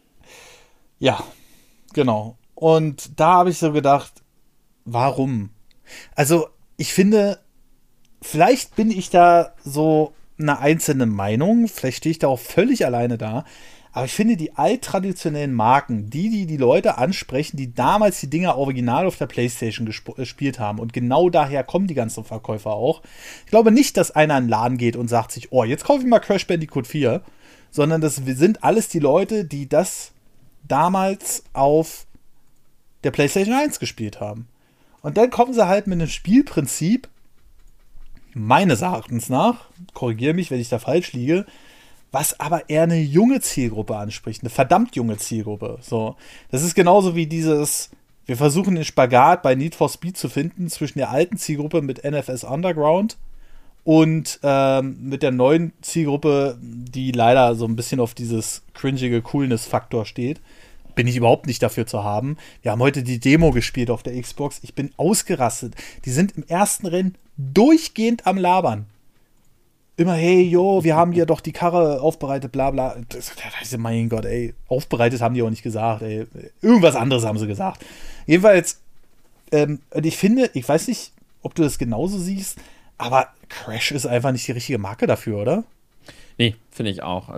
Ja, genau. Und da habe ich so gedacht, warum? Also, ich finde, vielleicht bin ich da so eine einzelne Meinung, vielleicht stehe ich da auch völlig alleine da, aber ich finde, die alttraditionellen Marken, die Leute ansprechen, die damals die Dinger original auf der PlayStation gespielt haben und genau daher kommen die ganzen Verkäufer auch. Ich glaube nicht, dass einer in den Laden geht und sagt sich, oh, jetzt kaufe ich mal Crash Bandicoot 4, sondern das sind alles die Leute, die das damals auf der PlayStation 1 gespielt haben. Und dann kommen sie halt mit einem Spielprinzip, meines Erachtens nach, korrigiere mich, wenn ich da falsch liege, was aber eher eine junge Zielgruppe anspricht, eine verdammt junge Zielgruppe. So, das ist genauso wie wir versuchen den Spagat bei Need for Speed zu finden zwischen der alten Zielgruppe mit NFS Underground und mit der neuen Zielgruppe, die leider so ein bisschen auf dieses cringige Coolness-Faktor steht. Bin ich überhaupt nicht dafür zu haben. Wir haben heute die Demo gespielt auf der Xbox. Ich bin ausgerastet. Die sind im ersten Rennen durchgehend am Labern. Immer, hey, jo, wir haben hier doch die Karre aufbereitet, bla bla. Mein Gott, ey. Aufbereitet haben die auch nicht gesagt, ey. Irgendwas anderes haben sie gesagt. Jedenfalls, ich finde, ich weiß nicht, ob du das genauso siehst, aber Crash ist einfach nicht die richtige Marke dafür, oder? Nee, finde ich auch. Also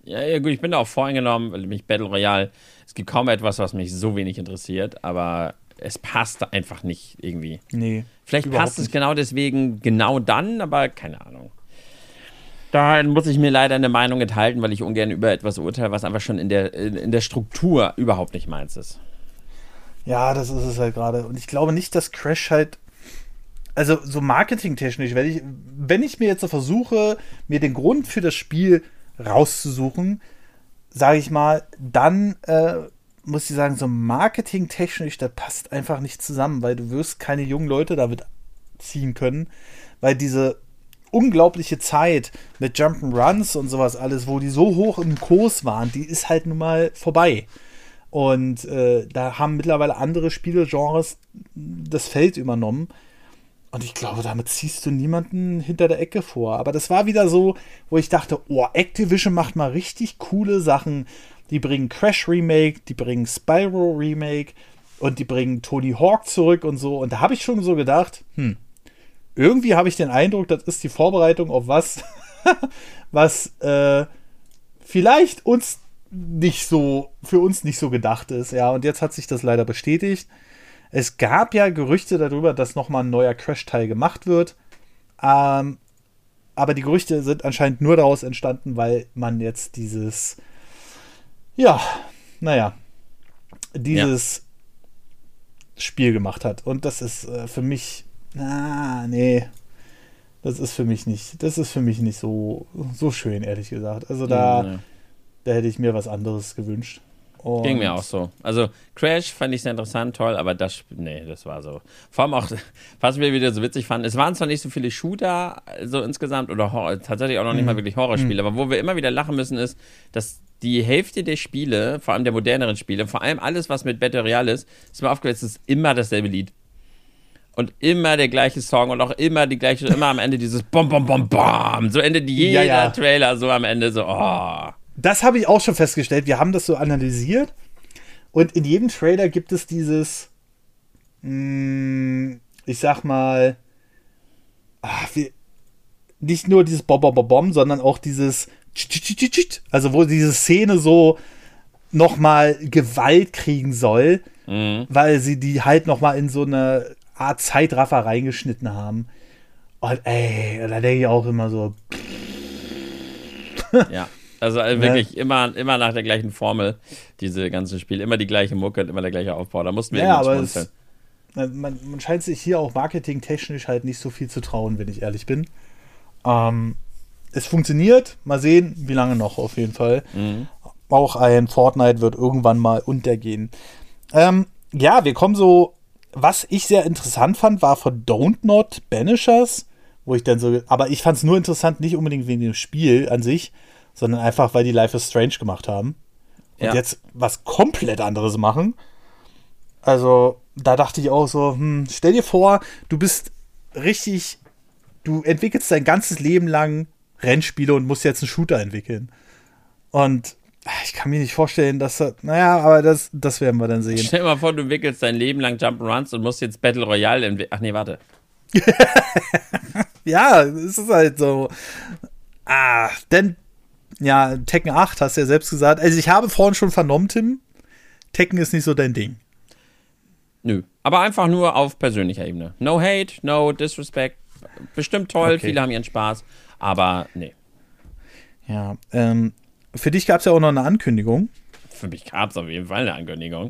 Ja, gut, ich bin da auch voreingenommen, weil mich Battle Royale, es gibt kaum etwas, was mich so wenig interessiert, aber es passt einfach nicht irgendwie. Nee. Vielleicht passt es genau deswegen genau dann, aber keine Ahnung. Da muss ich mir leider eine Meinung enthalten, weil ich ungern über etwas urteile, was einfach schon in der Struktur überhaupt nicht meins ist. Ja, das ist es halt gerade. Und ich glaube nicht, dass Crash halt, also so marketingtechnisch, wenn ich mir jetzt so versuche, mir den Grund für das Spiel rauszusuchen, sage ich mal, dann muss ich sagen, so marketingtechnisch, das passt einfach nicht zusammen, weil du wirst keine jungen Leute damit ziehen können, weil diese unglaubliche Zeit mit Jump'n'Runs und sowas alles, wo die so hoch im Kurs waren, die ist halt nun mal vorbei. Und da haben mittlerweile andere Spielegenres das Feld übernommen. Und ich glaube, damit ziehst du niemanden hinter der Ecke vor. Aber das war wieder so, wo ich dachte, oh, Activision macht mal richtig coole Sachen. Die bringen Crash Remake, die bringen Spyro Remake und die bringen Tony Hawk zurück und so. Und da habe ich schon so gedacht, irgendwie habe ich den Eindruck, das ist die Vorbereitung auf was, was vielleicht uns nicht so, für uns nicht so gedacht ist. Ja, und jetzt hat sich das leider bestätigt. Es gab ja Gerüchte darüber, dass nochmal ein neuer Crash-Teil gemacht wird. Aber die Gerüchte sind anscheinend nur daraus entstanden, weil man jetzt dieses Spiel gemacht hat. Und das ist für mich, das ist für mich nicht so schön, ehrlich gesagt. Also da hätte ich mir was anderes gewünscht. Ging mir auch so. Also Crash fand ich sehr interessant, toll, aber das war so. Vor allem auch, was wir wieder so witzig fanden, es waren zwar nicht so viele Shooter so insgesamt oder tatsächlich auch noch nicht mal wirklich Horrorspiele, aber wo wir immer wieder lachen müssen ist, dass die Hälfte der Spiele, vor allem der moderneren Spiele, vor allem alles, was mit Battle Royale ist mir aufgefallen, es ist immer dasselbe Lied. Und immer der gleiche Song und auch immer am Ende dieses Bom, Bom, Bom, Bom. So endet jeder Trailer so am Ende so, oh. Das habe ich auch schon festgestellt. Wir haben das so analysiert. Und in jedem Trailer gibt es dieses, ich sag mal, nicht nur dieses Bom, Bom, Bom, Bom, sondern auch dieses, also wo diese Szene so nochmal Gewalt kriegen soll, weil sie die halt nochmal in so eine Art Zeitraffer reingeschnitten haben. Und da denke ich auch immer so. Ja, also wirklich immer nach der gleichen Formel, diese ganzen Spiele. Immer die gleiche Mucke und immer der gleiche Aufbau. Da mussten wir schmunzeln. Man scheint sich hier auch marketingtechnisch halt nicht so viel zu trauen, wenn ich ehrlich bin. Es funktioniert. Mal sehen, wie lange noch auf jeden Fall. Auch ein Fortnite wird irgendwann mal untergehen. Wir kommen so. Was ich sehr interessant fand, war von Don't Not Banishers, wo ich dann so, aber ich fand es nur interessant, nicht unbedingt wegen dem Spiel an sich, sondern einfach, weil die Life is Strange gemacht haben und jetzt was komplett anderes machen. Also, da dachte ich auch so, stell dir vor, du entwickelst dein ganzes Leben lang Rennspiele und musst jetzt einen Shooter entwickeln. Und ich kann mir nicht vorstellen, dass aber das werden wir dann sehen. Stell dir mal vor, du entwickelst dein Leben lang Jump'n'Runs und musst jetzt Battle Royale entwickeln. Ach nee, warte. Ja, es ist halt so. Denn, Tekken 8 hast du ja selbst gesagt. Also ich habe vorhin schon vernommen, Tim, Tekken ist nicht so dein Ding. Nö, aber einfach nur auf persönlicher Ebene. No hate, no disrespect. Bestimmt toll, viele haben ihren Spaß, aber nee. Ja, für dich gab es ja auch noch eine Ankündigung. Für mich gab es auf jeden Fall eine Ankündigung.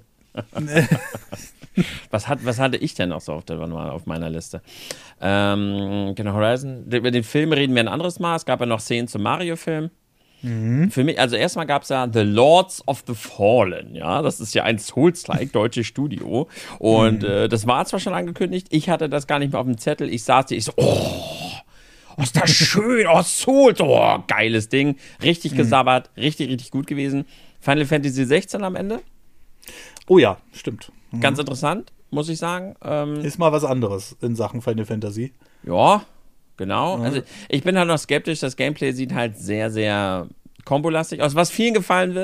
Was hatte ich denn noch so auf meiner Liste? Genau, Horizon. Über den Film reden wir ein anderes Mal. Es gab ja noch Szenen zum Mario-Film. Für mich, also erstmal gab es ja The Lords of the Fallen, ja, das ist ja ein Souls-like deutsches Studio und das war zwar schon angekündigt, ich hatte das gar nicht mehr auf dem Zettel, ich saß hier, ich so, ist das schön, Souls, geiles Ding, richtig gesabbert, richtig gut gewesen. Final Fantasy 16 am Ende. Oh ja, stimmt. Ganz interessant, muss ich sagen. Ist mal was anderes in Sachen Final Fantasy. Ja, genau. Also ich bin halt noch skeptisch, das Gameplay sieht halt sehr, sehr kombolastig aus, was vielen gefallen wird,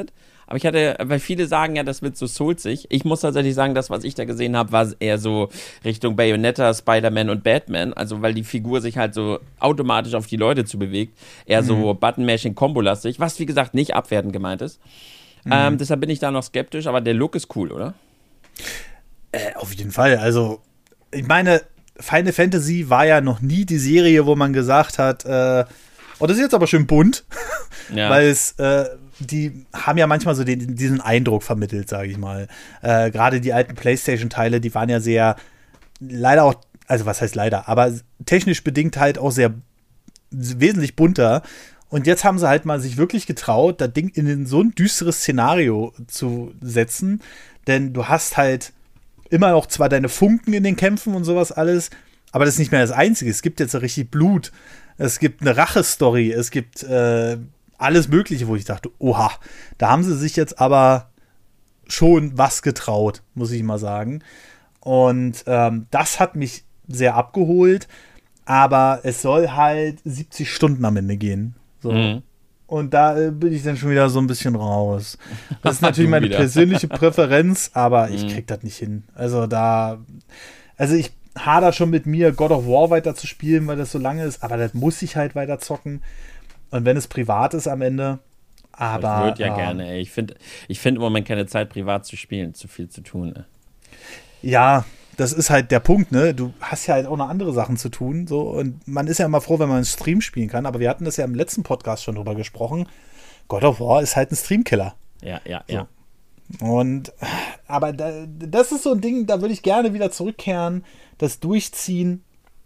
Aber weil viele sagen ja, das wird so soulsig. Ich muss tatsächlich sagen, das, was ich da gesehen habe, war eher so Richtung Bayonetta, Spider-Man und Batman. Also, weil die Figur sich halt so automatisch auf die Leute zu bewegt. Eher so Button-Mashing-Kombo-lastig, was wie gesagt nicht abwertend gemeint ist. Deshalb bin ich da noch skeptisch, aber der Look ist cool, oder? Auf jeden Fall. Also, ich meine, Final Fantasy war ja noch nie die Serie, wo man gesagt hat, oh, das ist jetzt aber schön bunt, weil es, die haben ja manchmal so diesen Eindruck vermittelt, sage ich mal. Gerade die alten PlayStation-Teile, die waren ja sehr, leider auch, also was heißt leider, aber technisch bedingt halt auch sehr wesentlich bunter. Und jetzt haben sie halt mal sich wirklich getraut, das Ding in so ein düsteres Szenario zu setzen, denn du hast halt immer noch zwar deine Funken in den Kämpfen und sowas alles, aber das ist nicht mehr das Einzige. Es gibt jetzt so richtig Blut. Es gibt eine Rache-Story. Es gibt alles Mögliche, wo ich dachte, oha, da haben sie sich jetzt aber schon was getraut, muss ich mal sagen. Und das hat mich sehr abgeholt, aber es soll halt 70 Stunden am Ende gehen. So. Und da bin ich dann schon wieder so ein bisschen raus. Das ist natürlich meine persönliche Präferenz, aber ich krieg das nicht hin. Also ich hader schon mit mir, God of War weiter zu spielen, weil das so lange ist, aber das muss ich halt weiter zocken. Und wenn es privat ist am Ende, aber... Ich würde ja gerne, ey. Ich find im Moment keine Zeit, privat zu spielen. Zu viel zu tun, ey. Ja, das ist halt der Punkt, ne? Du hast ja halt auch noch andere Sachen zu tun, so. Und man ist ja immer froh, wenn man einen Stream spielen kann, aber wir hatten das ja im letzten Podcast schon drüber gesprochen. God of War ist halt ein Streamkiller. Ja. Und, aber das ist so ein Ding, da würde ich gerne wieder zurückkehren, das durchziehen.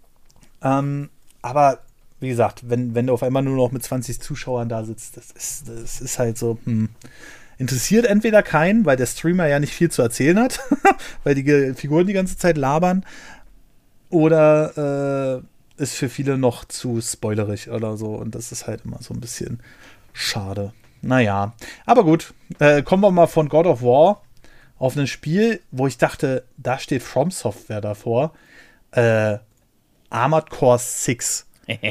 Aber, wie gesagt, wenn du auf einmal nur noch mit 20 Zuschauern da sitzt, das ist halt so, interessiert entweder keinen, weil der Streamer ja nicht viel zu erzählen hat, weil die Figuren die ganze Zeit labern, oder ist für viele noch zu spoilerig oder so, und das ist halt immer so ein bisschen schade. Naja, aber gut, kommen wir mal von God of War auf ein Spiel, wo ich dachte, da steht From Software davor, Armored Core 6.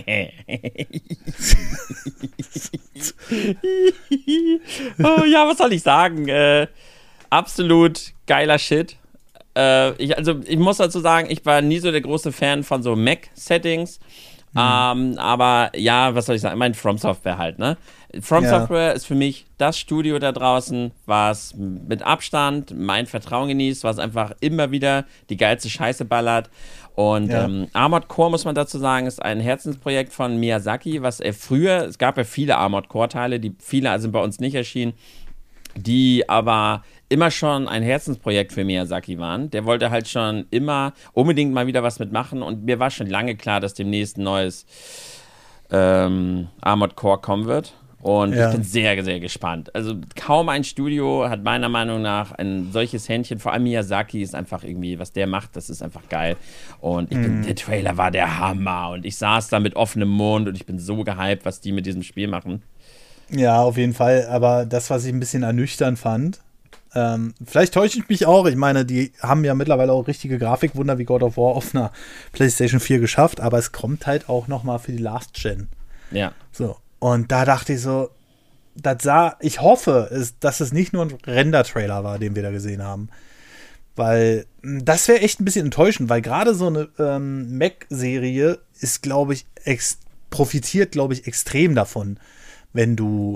Oh, ja, was soll ich sagen? Absolut geiler Shit. Ich muss dazu sagen, ich war nie so der große Fan von so Mac-Settings. Aber ja, was soll ich sagen? Ich meine, From Software halt, ne? From Software ist für mich das Studio da draußen, was mit Abstand mein Vertrauen genießt, was einfach immer wieder die geilste Scheiße ballert. Und Armored Core, muss man dazu sagen, ist ein Herzensprojekt von Miyazaki, was er früher, es gab ja viele Armored Core-Teile, viele sind bei uns nicht erschienen, die aber immer schon ein Herzensprojekt für Miyazaki waren. Der wollte halt schon immer unbedingt mal wieder was mitmachen, und mir war schon lange klar, dass demnächst ein neues Armored Core kommen wird. Und ich bin sehr, sehr gespannt. Also kaum ein Studio hat meiner Meinung nach ein solches Händchen. Vor allem Miyazaki ist einfach irgendwie, was der macht, das ist einfach geil. Und der Trailer war der Hammer. Und ich saß da mit offenem Mund und ich bin so gehypt, was die mit diesem Spiel machen. Ja, auf jeden Fall. Aber das, was ich ein bisschen ernüchternd fand, vielleicht täusche ich mich auch. Ich meine, die haben ja mittlerweile auch richtige Grafikwunder wie God of War auf einer PlayStation 4 geschafft. Aber es kommt halt auch noch mal für die Last Gen. Ja. So. Und da dachte ich so, ich hoffe, dass es nicht nur ein Render-Trailer war, den wir da gesehen haben. Weil das wäre echt ein bisschen enttäuschend, weil gerade so eine Mac-Serie ist, glaube ich, profitiert, glaube ich, extrem davon, wenn du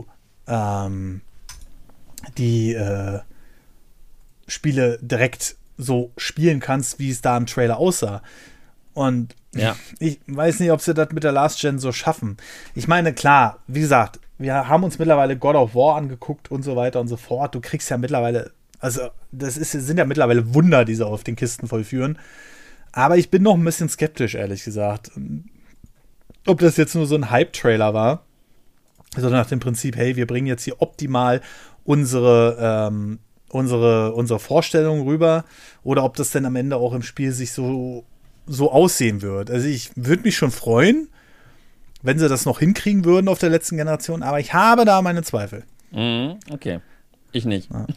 die Spiele direkt so spielen kannst, wie es da im Trailer aussah. Und ich weiß nicht, ob sie das mit der Last Gen so schaffen. Ich meine, klar, wie gesagt, wir haben uns mittlerweile God of War angeguckt und so weiter und so fort. Du kriegst ja mittlerweile, also sind ja mittlerweile Wunder, die sie auf den Kisten vollführen. Aber ich bin noch ein bisschen skeptisch, ehrlich gesagt. Ob das jetzt nur so ein Hype-Trailer war, also nach dem Prinzip, hey, wir bringen jetzt hier optimal unsere Vorstellungen rüber, oder ob das denn am Ende auch im Spiel sich so aussehen wird. Also ich würde mich schon freuen, wenn sie das noch hinkriegen würden auf der letzten Generation, aber ich habe da meine Zweifel. Okay. Ich nicht. Ja.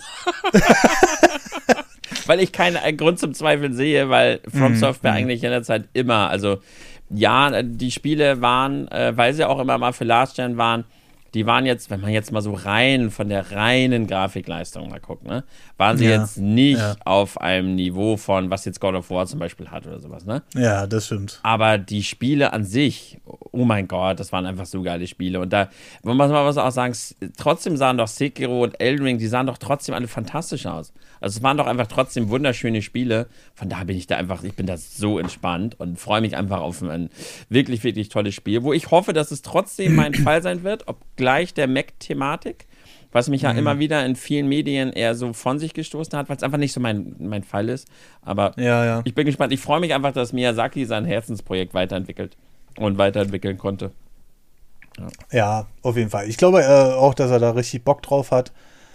Weil ich keinen Grund zum Zweifeln sehe, weil From Software eigentlich in der Zeit immer, also ja, die Spiele waren, weil sie auch immer mal für Last Gen waren, die waren jetzt, wenn man jetzt mal so rein von der reinen Grafikleistung mal guckt, ne, waren sie jetzt nicht auf einem Niveau von, was jetzt God of War zum Beispiel hat oder sowas, ne? Ja, das stimmt. Aber die Spiele an sich, oh mein Gott, das waren einfach so geile Spiele. Und da muss man mal auch sagen, trotzdem sahen doch Sekiro und Elden Ring, die sahen doch trotzdem alle fantastisch aus. Also es waren doch einfach trotzdem wunderschöne Spiele. Von daher bin ich bin da so entspannt und freue mich einfach auf ein wirklich, wirklich tolles Spiel, wo ich hoffe, dass es trotzdem mein Fall sein wird, obgleich der Mac-Thematik, was mich ja immer wieder in vielen Medien eher so von sich gestoßen hat, weil es einfach nicht so mein Fall ist. Aber ich bin gespannt. Ich freue mich einfach, dass Miyazaki sein Herzensprojekt weiterentwickelt und weiterentwickeln konnte. Ja, auf jeden Fall. Ich glaube auch, dass er da richtig Bock drauf hat.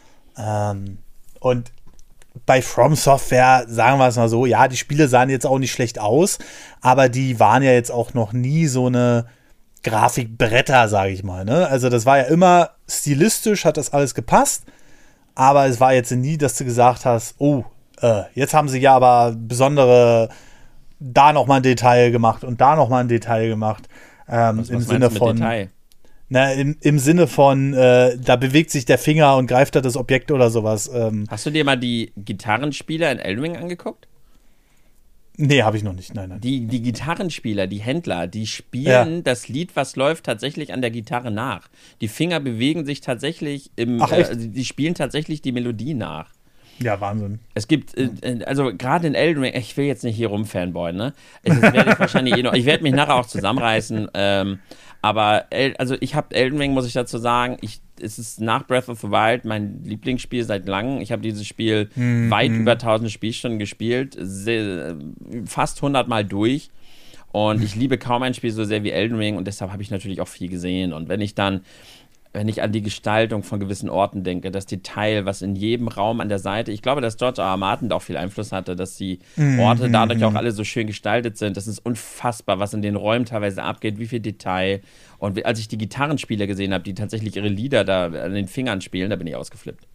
Und bei From Software, sagen wir es mal so, ja, die Spiele sahen jetzt auch nicht schlecht aus, aber die waren ja jetzt auch noch nie so eine Grafikbretter, sage ich mal. Ne? Also das war ja immer stilistisch, hat das alles gepasst, aber es war jetzt nie, dass du gesagt hast, jetzt haben sie ja aber besondere, da nochmal ein Detail gemacht und da nochmal ein Detail gemacht. Was im Sinne von Detail? Na, im Sinne von, da bewegt sich der Finger und greift da das Objekt oder sowas. Hast du dir mal die Gitarrenspieler in Elden Ring angeguckt? Nee, habe ich noch nicht, nein. Die Gitarrenspieler, die Händler, die spielen das Lied, was läuft, tatsächlich an der Gitarre nach. Die Finger bewegen sich tatsächlich die spielen tatsächlich die Melodie nach. Ja, Wahnsinn. Es gibt, also gerade in Elden Ring, ich will jetzt nicht hier rumfanboyen, ne? Das werde ich wahrscheinlich ich werde mich nachher auch zusammenreißen, aber also ich habe Elden Ring, muss ich dazu sagen, es ist nach Breath of the Wild mein Lieblingsspiel seit langem. Ich habe dieses Spiel weit über 1000 Spielstunden gespielt, fast 100 Mal durch, und ich liebe kaum ein Spiel so sehr wie Elden Ring, und deshalb habe ich natürlich auch viel gesehen. Und wenn ich an die Gestaltung von gewissen Orten denke, das Detail, was in jedem Raum an der Seite, ich glaube, dass George R. R. Martin da auch viel Einfluss hatte, dass die Orte dadurch auch alle so schön gestaltet sind. Das ist unfassbar, was in den Räumen teilweise abgeht, wie viel Detail. Und als ich die Gitarrenspieler gesehen habe, die tatsächlich ihre Lieder da an den Fingern spielen, da bin ich ausgeflippt.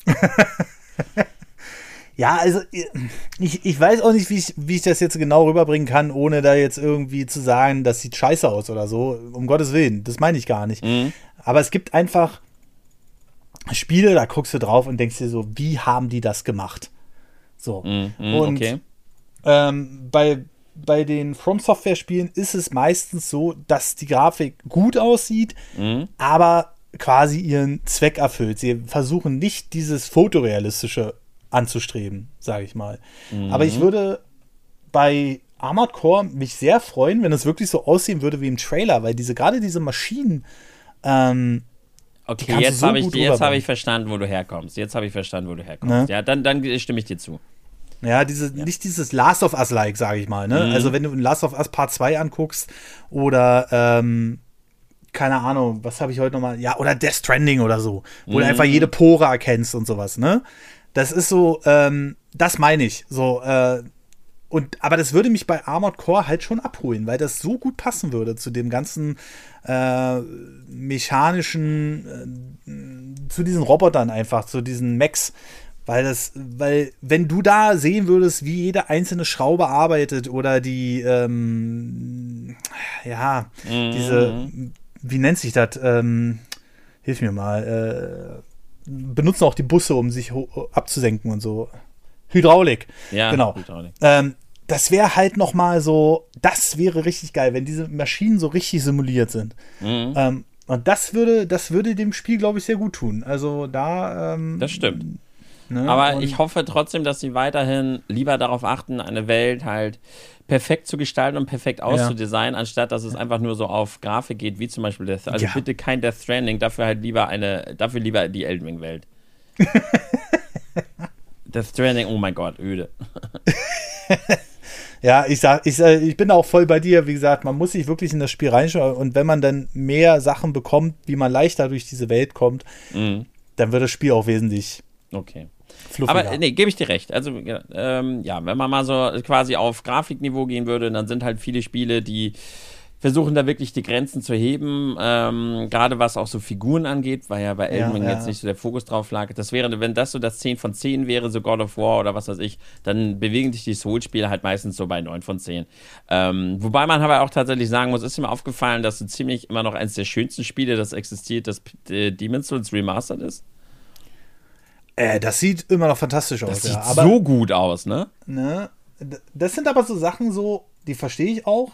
Ja, also ich weiß auch nicht, wie ich das jetzt genau rüberbringen kann, ohne da jetzt irgendwie zu sagen, das sieht scheiße aus oder so. Um Gottes Willen, das meine ich gar nicht. Aber es gibt einfach Spiele, da guckst du drauf und denkst dir so, wie haben die das gemacht? So. Und okay. bei den From Software Spielen ist es meistens so, dass die Grafik gut aussieht, aber quasi ihren Zweck erfüllt. Sie versuchen nicht dieses Fotorealistische anzustreben, sage ich mal. Aber ich würde bei Armored Core mich sehr freuen, wenn es wirklich so aussehen würde wie im Trailer, weil gerade diese Maschinen okay, jetzt habe ich verstanden, wo du herkommst. Ne? Ja, dann stimme ich dir zu. Ja, nicht dieses Last of Us-like, sage ich mal. Ne? Also wenn du Last of Us Part 2 anguckst oder keine Ahnung, was habe ich heute nochmal? Ja, oder Death Stranding oder so, wo du einfach jede Pore erkennst und sowas, ne? Das ist so, das meine ich. So, aber das würde mich bei Armored Core halt schon abholen, weil das so gut passen würde zu dem ganzen mechanischen, zu diesen Robotern einfach, zu diesen Mechs. Weil wenn du da sehen würdest, wie jede einzelne Schraube arbeitet oder die, diese, wie nennt sich das? Hilf mir mal, benutzen auch die Busse, um sich abzusenken und so. Hydraulik. Ja, genau. Hydraulik. Das wäre halt noch mal so, das wäre richtig geil, wenn diese Maschinen so richtig simuliert sind. Und das würde dem Spiel, glaube ich, sehr gut tun. Also da das stimmt. Ne? Aber ich hoffe trotzdem, dass sie weiterhin lieber darauf achten, eine Welt halt perfekt zu gestalten und perfekt auszudesignen, anstatt dass es einfach nur so auf Grafik geht, wie zum Beispiel bitte kein Death Stranding, dafür lieber die Elden Ring Welt. Death Stranding, oh mein Gott, öde. Ja, ich bin auch voll bei dir. Wie gesagt, man muss sich wirklich in das Spiel reinschauen, und wenn man dann mehr Sachen bekommt, wie man leichter durch diese Welt kommt, dann wird das Spiel auch wesentlich fluffiger. Aber nee, gebe ich dir recht. Also wenn man mal so quasi auf Grafikniveau gehen würde, dann sind halt viele Spiele, die versuchen da wirklich die Grenzen zu heben, gerade was auch so Figuren angeht, weil ja bei Elden Ring jetzt nicht so der Fokus drauf lag. Das wäre, wenn das so das 10 von 10 wäre, so God of War oder was weiß ich, dann bewegen sich die Souls-Spiele halt meistens so bei 9 von 10. Wobei man aber auch tatsächlich sagen muss, ist mir aufgefallen, dass so ziemlich immer noch eines der schönsten Spiele, das existiert, das Demon's Souls Remastered ist. Das sieht immer noch fantastisch aus. Das sieht aber so gut aus, ne? Das sind aber so Sachen so, die verstehe ich auch.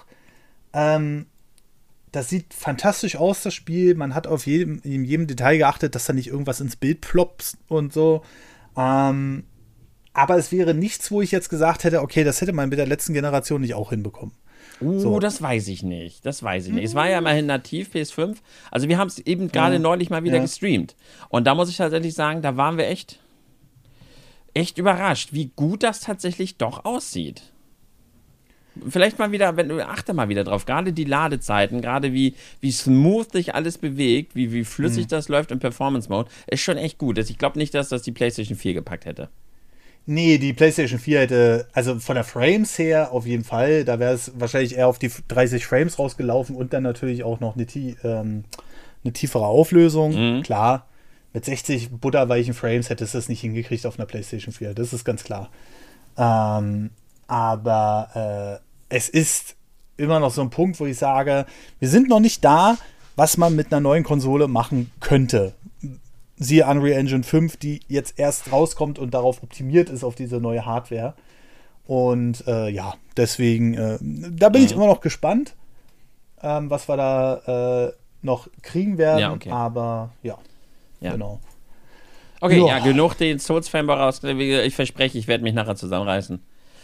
Das sieht fantastisch aus, das Spiel. Man hat auf in jedem Detail geachtet, dass da nicht irgendwas ins Bild ploppt und so. Aber es wäre nichts, wo ich jetzt gesagt hätte, okay, das hätte man mit der letzten Generation nicht auch hinbekommen. So. Das weiß ich nicht. Es war ja immerhin nativ PS5. Also wir haben es eben gerade neulich mal wieder gestreamt. Und da muss ich tatsächlich sagen, da waren wir echt überrascht, wie gut das tatsächlich doch aussieht. Vielleicht mal wieder, achte mal wieder drauf, gerade die Ladezeiten, gerade wie smooth sich alles bewegt, wie flüssig das läuft im Performance-Mode, ist schon echt gut. Ich glaube nicht, dass das die PlayStation 4 gepackt hätte. Nee, die PlayStation 4 hätte, also von der Frames her auf jeden Fall, da wäre es wahrscheinlich eher auf die 30 Frames rausgelaufen und dann natürlich auch noch eine tiefere Auflösung. Klar, mit 60 butterweichen Frames hättest du es nicht hingekriegt auf einer PlayStation 4, das ist ganz klar. Aber es ist immer noch so ein Punkt, wo ich sage, wir sind noch nicht da, was man mit einer neuen Konsole machen könnte. Siehe Unreal Engine 5, die jetzt erst rauskommt und darauf optimiert ist, auf diese neue Hardware. Und deswegen, da bin ich immer noch gespannt, was wir da noch kriegen werden. Ja, okay. Aber genau. Okay, genug den Souls-Fanboy raus. Ich verspreche, ich werde mich nachher zusammenreißen.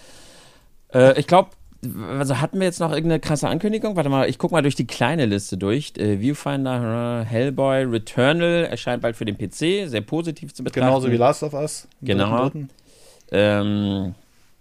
Ich glaube, also hatten wir jetzt noch irgendeine krasse Ankündigung? Warte mal, ich gucke mal durch die kleine Liste durch. Viewfinder, Hellboy, Returnal erscheint bald für den PC, sehr positiv zu betrachten. Genauso wie Last of Us. Genau. Genau,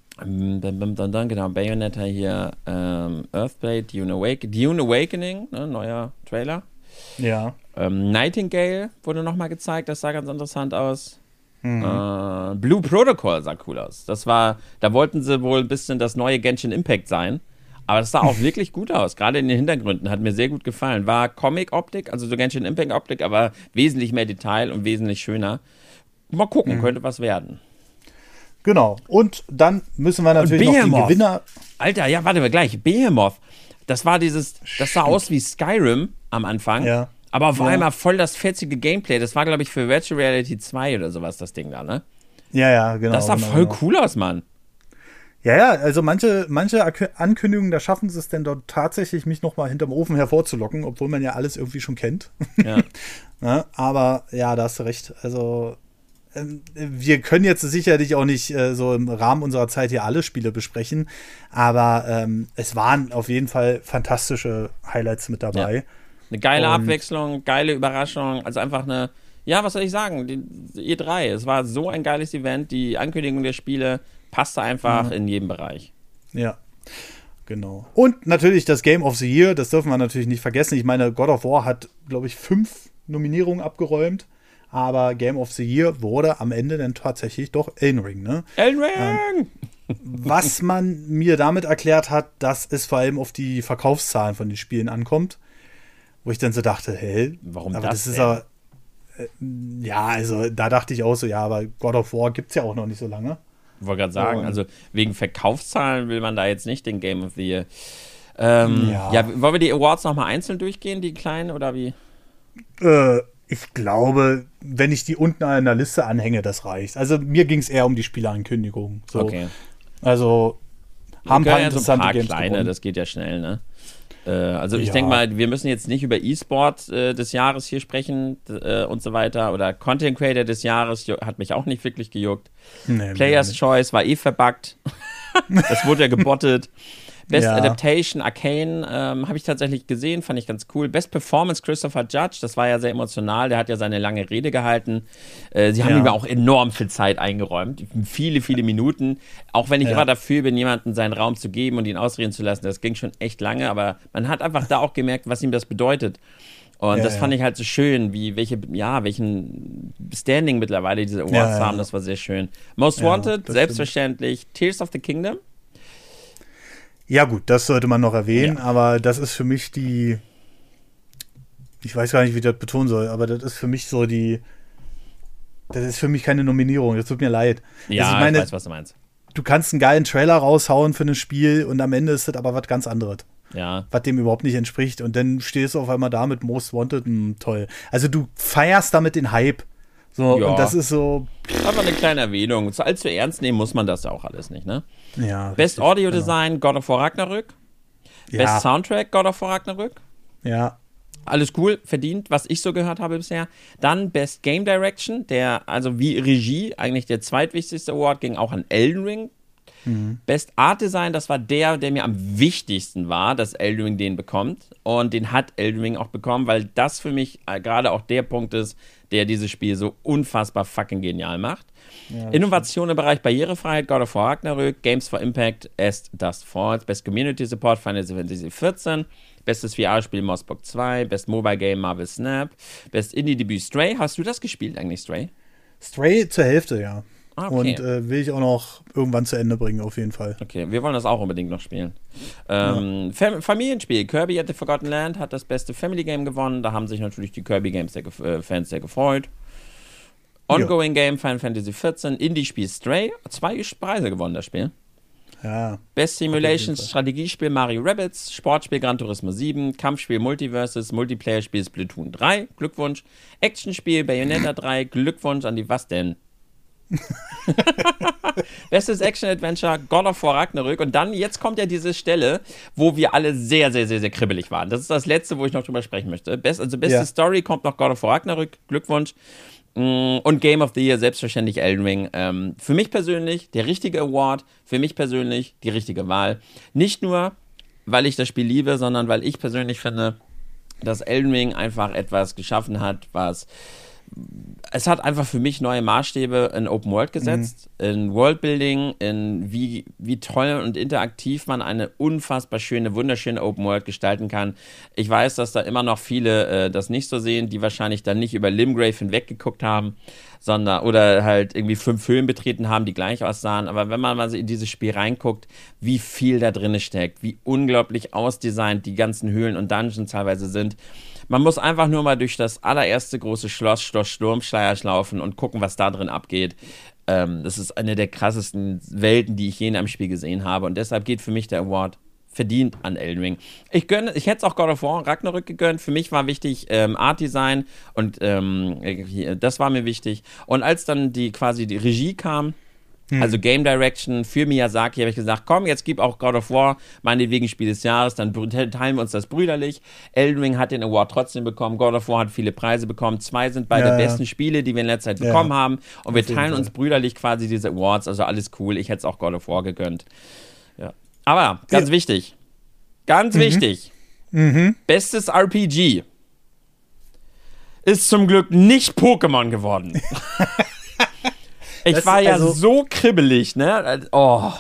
Bayonetta hier, Earthblade, Dune Awakening, ne, neuer Trailer. Ja. Nightingale wurde nochmal gezeigt, das sah ganz interessant aus. Blue Protocol sah cool aus. Da wollten sie wohl ein bisschen das neue Genshin Impact sein. Aber das sah auch wirklich gut aus. Gerade in den Hintergründen hat mir sehr gut gefallen. War Comic-Optik, also so Genshin Impact-Optik, aber wesentlich mehr Detail und wesentlich schöner. Mal gucken, könnte was werden. Genau. Und dann müssen wir natürlich noch den Gewinner. Alter, ja, warte mal gleich. Behemoth. Das sah aus wie Skyrim am Anfang. Ja. Aber auf einmal voll das fetzige Gameplay. Das war, glaube ich, für Virtual Reality 2 oder sowas, das Ding da, ne? Ja, genau. Das sah voll cool aus, Mann. Ja, also manche Ankündigungen, da schaffen sie es denn dort tatsächlich, mich noch mal hinterm Ofen hervorzulocken, obwohl man ja alles irgendwie schon kennt. Ja. Ja, aber ja, da hast du recht. Also wir können jetzt sicherlich auch nicht so im Rahmen unserer Zeit hier alle Spiele besprechen, aber es waren auf jeden Fall fantastische Highlights mit dabei. Ja. Eine geile Abwechslung, geile Überraschung, also einfach was soll ich sagen, die E3, es war so ein geiles Event, die Ankündigung der Spiele passte einfach in jedem Bereich. Ja, genau. Und natürlich das Game of the Year, das dürfen wir natürlich nicht vergessen. Ich meine, God of War hat, glaube ich, 5 Nominierungen abgeräumt, aber Game of the Year wurde am Ende dann tatsächlich doch Elden Ring, ne? Elden Ring! Was man mir damit erklärt hat, dass es vor allem auf die Verkaufszahlen von den Spielen ankommt. Wo ich dann so dachte, warum aber das ist aber, also da dachte ich auch so, aber God of War gibt es ja auch noch nicht so lange. Ich wollte gerade sagen, also wegen Verkaufszahlen will man da jetzt nicht den Game of the Year. Wollen wir die Awards nochmal einzeln durchgehen, die kleinen, oder wie? Ich glaube, wenn ich die unten an der Liste anhänge, das reicht. Also mir ging es eher um die Spieleankündigungen. So. Okay. Also haben ein paar interessante so ein paar Games kleine, gewonnen. das geht ja schnell, ne? Ich denke mal, wir müssen jetzt nicht über E-Sport des Jahres hier sprechen und so weiter. Oder Content Creator des Jahres hat mich auch nicht wirklich gejuckt. Nee, Player's Choice war verbuggt. Das wurde ja gebottet. Best Adaptation, Arcane, habe ich tatsächlich gesehen, fand ich ganz cool. Best Performance, Christopher Judge, das war ja sehr emotional, der hat ja seine lange Rede gehalten. Sie haben ihm auch enorm viel Zeit eingeräumt, viele, viele Minuten. Auch wenn ich immer dafür bin, jemandem seinen Raum zu geben und ihn ausreden zu lassen, das ging schon echt lange, aber man hat einfach da auch gemerkt, was ihm das bedeutet. Und das fand ich halt so schön, welchen Standing mittlerweile diese Awards haben, das war sehr schön. Most Wanted, selbstverständlich. Tears of the Kingdom. Ja gut, das sollte man noch erwähnen, aber das ist für mich ich weiß gar nicht, wie ich das betonen soll, aber das ist für mich das ist für mich keine Nominierung, das tut mir leid. Ja, also ich meine, ich weiß, was du meinst. Du kannst einen geilen Trailer raushauen für ein Spiel und am Ende ist das aber was ganz anderes. Ja. Was dem überhaupt nicht entspricht. Und dann stehst du auf einmal da mit Most Wanted, toll. Also du feierst damit den Hype. So, und das ist so. Aber eine kleine Erwähnung. Allzu ernst nehmen muss man das ja auch alles nicht, ne? Ja. Best Audio Design, God of War Ragnarök. Ja. Best Soundtrack, God of War Ragnarök. Ja. Alles cool, verdient, was ich so gehört habe bisher. Dann Best Game Direction, also wie Regie, eigentlich der zweitwichtigste Award, ging auch an Elden Ring. Best Art Design, das war der mir am wichtigsten war, dass Elden Ring den bekommt. Und den hat Elden Ring auch bekommen, weil das für mich gerade auch der Punkt ist, der dieses Spiel so unfassbar fucking genial macht. Ja, Innovation im Bereich Barrierefreiheit, God of War Ragnarök, Games for Impact, As Dust Falls, Best Community Support, Final Fantasy 14, Bestes VR-Spiel Mossbook 2, Best Mobile Game Marvel Snap, Best Indie-Debüt Stray. Hast du das gespielt eigentlich, Stray? Stray zur Hälfte, ja. Okay. Und will ich auch noch irgendwann zu Ende bringen, auf jeden Fall. Okay, wir wollen das auch unbedingt noch spielen. Familienspiel. Kirby at the Forgotten Land hat das beste Family Game gewonnen. Da haben sich natürlich die Kirby-Games-Fans sehr gefreut. Ongoing Game Final Fantasy 14. Indie-Spiel Stray. 2 Preise gewonnen, das Spiel. Ja. Best Simulation Strategiespiel Mario Rabbids. Sportspiel Gran Turismo 7. Kampfspiel Multiversus. Multiplayer-Spiel Splatoon 3. Glückwunsch. Actionspiel Bayonetta 3. Glückwunsch an die was denn? Bestes Action-Adventure, God of War Ragnarök. Und dann, jetzt kommt ja diese Stelle, wo wir alle sehr, sehr, sehr, sehr kribbelig waren. Das ist das Letzte, wo ich noch drüber sprechen möchte. Beste Story kommt noch God of War Ragnarök. Glückwunsch. Und Game of the Year, selbstverständlich Elden Ring. Für mich persönlich der richtige Award. Für mich persönlich die richtige Wahl. Nicht nur, weil ich das Spiel liebe, sondern weil ich persönlich finde, dass Elden Ring einfach etwas geschaffen hat, es hat einfach für mich neue Maßstäbe in Open World gesetzt, in Worldbuilding, in wie toll und interaktiv man eine unfassbar schöne, wunderschöne Open World gestalten kann. Ich weiß, dass da immer noch viele das nicht so sehen, die wahrscheinlich dann nicht über Limgrave hinweggeguckt haben, oder halt irgendwie 5 Höhlen betreten haben, die gleich aussahen. Aber wenn man mal in dieses Spiel reinguckt, wie viel da drin steckt, wie unglaublich ausdesignt die ganzen Höhlen und Dungeons teilweise sind. Man muss einfach nur mal durch das allererste große Schloss Sturmschleier laufen und gucken, was da drin abgeht. Das ist eine der krassesten Welten, die ich je in einem Spiel gesehen habe. Und deshalb geht für mich der Award verdient an Elden Ring. Ich hätte es auch God of War Ragnarök gegönnt. Für mich war wichtig Art Design und das war mir wichtig. Und als dann die Regie kam, also Game Direction für Miyazaki, habe ich gesagt, komm, jetzt gib auch God of War meinetwegen Spiel des Jahres, dann teilen wir uns das brüderlich. Elden Ring hat den Award trotzdem bekommen, God of War hat viele Preise bekommen, 2 sind beide besten Spiele, die wir in letzter Zeit bekommen haben und wir teilen uns brüderlich quasi diese Awards, also alles cool, ich hätte es auch God of War gegönnt. Ja. Aber, ganz wichtig, bestes RPG ist zum Glück nicht Pokémon geworden. Ich war ja so kribbelig, ne? Oh.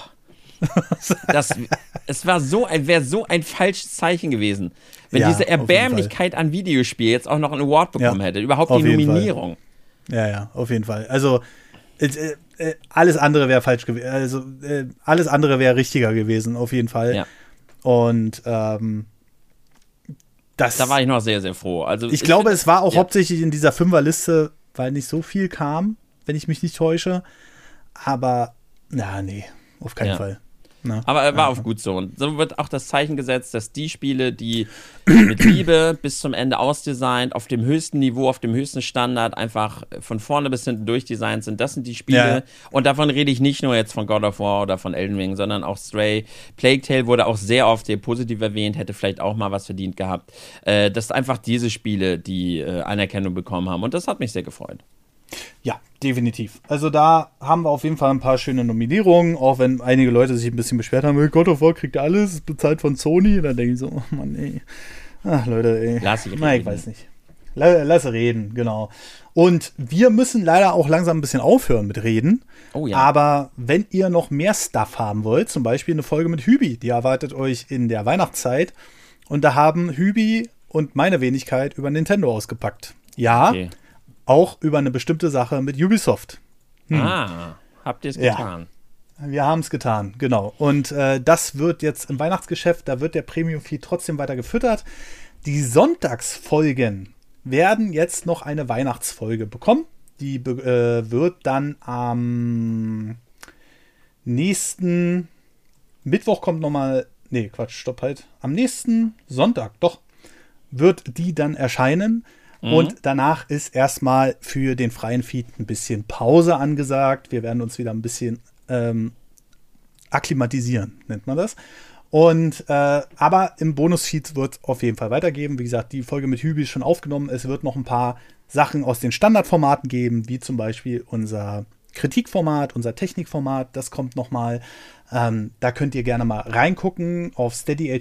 Es wäre so ein falsches Zeichen gewesen, wenn diese Erbärmlichkeit an Videospiel jetzt auch noch einen Award bekommen hätte. Überhaupt die Nominierung. Ja, auf jeden Fall. Also, alles andere wäre falsch gewesen. Also, alles andere wäre richtiger gewesen, auf jeden Fall. Ja. Und, da war ich noch sehr, sehr froh. Also, ich glaube, es war auch hauptsächlich in dieser Fünferliste, weil nicht so viel kam, wenn ich mich nicht täusche. Aber, nee, auf keinen Fall. Na, aber er war auch gut so. Und so wird auch das Zeichen gesetzt, dass die Spiele, die mit Liebe bis zum Ende ausdesignt, auf dem höchsten Niveau, auf dem höchsten Standard, einfach von vorne bis hinten durchdesignt sind, das sind die Spiele. Ja. Und davon rede ich nicht nur jetzt von God of War oder von Elden Ring, sondern auch Stray. Plague Tale wurde auch sehr oft sehr positiv erwähnt, hätte vielleicht auch mal was verdient gehabt. Das sind einfach diese Spiele, die Anerkennung bekommen haben. Und das hat mich sehr gefreut. Ja, definitiv. Also da haben wir auf jeden Fall ein paar schöne Nominierungen, auch wenn einige Leute sich ein bisschen beschwert haben, God of War kriegt alles, ist bezahlt von Sony. Dann denke ich so, oh Mann, ey. Ach, Leute, ey. Ich weiß nicht. Lass reden, genau. Und wir müssen leider auch langsam ein bisschen aufhören mit Reden. Oh ja. Aber wenn ihr noch mehr Stuff haben wollt, zum Beispiel eine Folge mit Hübi, die erwartet euch in der Weihnachtszeit. Und da haben Hübi und meine Wenigkeit über Nintendo ausgepackt. Ja, okay. Auch über eine bestimmte Sache mit Ubisoft. Habt ihr es getan? Wir haben es getan, genau. Und das wird jetzt im Weihnachtsgeschäft, da wird der Premium-Feed trotzdem weiter gefüttert. Die Sonntagsfolgen werden jetzt noch eine Weihnachtsfolge bekommen. Die wird dann am nächsten Mittwoch kommt nochmal, nee, Quatsch, stopp halt. Am nächsten Sonntag, doch, wird die dann erscheinen. Und danach ist erstmal für den freien Feed ein bisschen Pause angesagt. Wir werden uns wieder ein bisschen akklimatisieren, nennt man das. Und aber im Bonusfeed wird es auf jeden Fall weitergeben. Wie gesagt, die Folge mit Hübi ist schon aufgenommen. Es wird noch ein paar Sachen aus den Standardformaten geben, wie zum Beispiel unser Kritikformat, unser Technikformat. Das kommt noch mal. Da könnt ihr gerne mal reingucken auf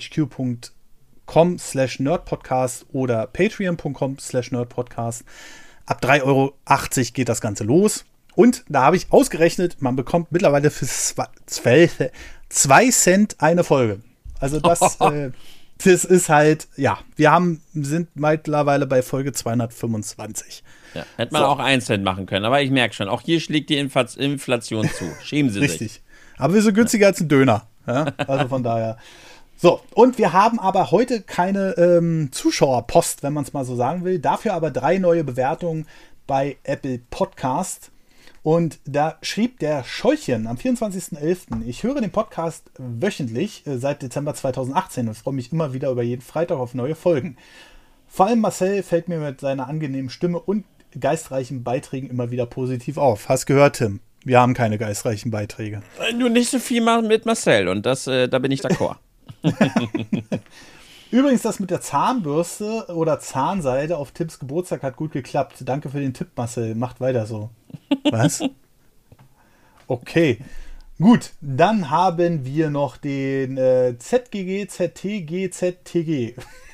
steadyhq.com/nerdpodcast oder patreon.com/nerdpodcast. Ab 3,80 € geht das Ganze los. Und da habe ich ausgerechnet, man bekommt mittlerweile für 2 Cent eine Folge. Also das, das ist halt, ja, sind mittlerweile bei Folge 225. Ja, hätte man auch 1 Cent machen können, aber ich merke schon, auch hier schlägt die Inflation zu. Schämen Sie sich. Richtig. Aber wir sind günstiger als ein Döner. Ja? Also von daher. So, und wir haben aber heute keine Zuschauerpost, wenn man es mal so sagen will. Dafür aber 3 neue Bewertungen bei Apple Podcast. Und da schrieb der Scheuchen am 24.11. Ich höre den Podcast wöchentlich seit Dezember 2018 und freue mich immer wieder über jeden Freitag auf neue Folgen. Vor allem Marcel fällt mir mit seiner angenehmen Stimme und geistreichen Beiträgen immer wieder positiv auf. Hast gehört, Tim? Wir haben keine geistreichen Beiträge. Nur nicht so viel machen mit Marcel und das, da bin ich d'accord. Übrigens, das mit der Zahnbürste oder Zahnseide auf Tims Geburtstag hat gut geklappt. Danke für den Tipp, Marcel. Macht weiter so. Was? Okay. Gut, dann haben wir noch den ZGG, ZTG, ZTG.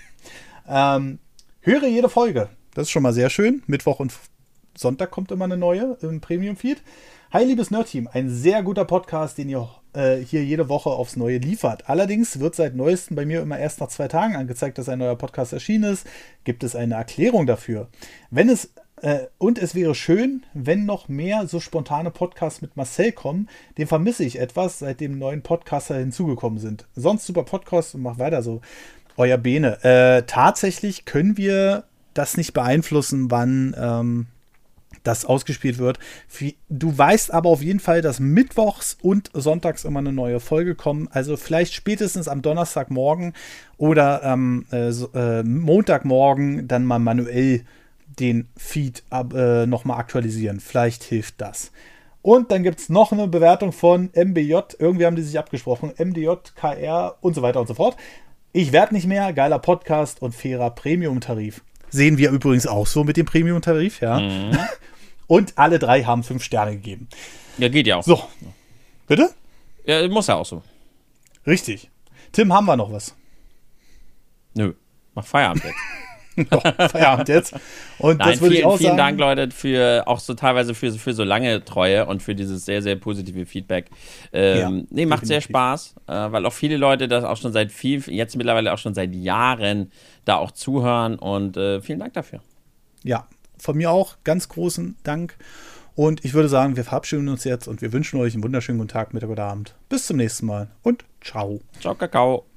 Höre jede Folge. Das ist schon mal sehr schön. Mittwoch und Sonntag kommt immer eine neue im Premium-Feed. Hi, liebes Nerd-Team. Ein sehr guter Podcast, den ihr hier jede Woche aufs Neue liefert. Allerdings wird seit Neuestem bei mir immer erst nach 2 Tagen angezeigt, dass ein neuer Podcast erschienen ist. Gibt es eine Erklärung dafür? Und es wäre schön, wenn noch mehr so spontane Podcasts mit Marcel kommen. Den vermisse ich etwas, seitdem neuen Podcaster hinzugekommen sind. Sonst super Podcast und mach weiter so. Euer Bene. Tatsächlich können wir das nicht beeinflussen, wann das ausgespielt wird. Du weißt aber auf jeden Fall, dass mittwochs und sonntags immer eine neue Folge kommen. Also vielleicht spätestens am Donnerstagmorgen oder am Montagmorgen dann mal manuell den Feed nochmal aktualisieren. Vielleicht hilft das. Und dann gibt es noch eine Bewertung von MBJ. Irgendwie haben die sich abgesprochen. MDJKR und so weiter und so fort. Ich werde nicht mehr. Geiler Podcast und fairer Premium-Tarif. Sehen wir übrigens auch so mit dem Premium-Tarif, ja. Mhm. Und alle 3 haben 5 Sterne gegeben. Ja, geht ja auch. So. Bitte? Ja, muss ja auch so. Richtig. Tim, haben wir noch was? Nö. Mach Feierabend jetzt. Feierabend jetzt. Und nein, das würde ich auch vielen sagen. Dank, Leute, für auch so teilweise für so lange Treue und für dieses sehr, sehr positive Feedback. Macht definitiv sehr Spaß, weil auch viele Leute das auch schon jetzt mittlerweile auch schon seit Jahren da auch zuhören und vielen Dank dafür. Ja, von mir auch ganz großen Dank. Und ich würde sagen, wir verabschieden uns jetzt und wir wünschen euch einen wunderschönen guten Tag, Mittag oder Abend. Bis zum nächsten Mal und ciao. Ciao, Kakao.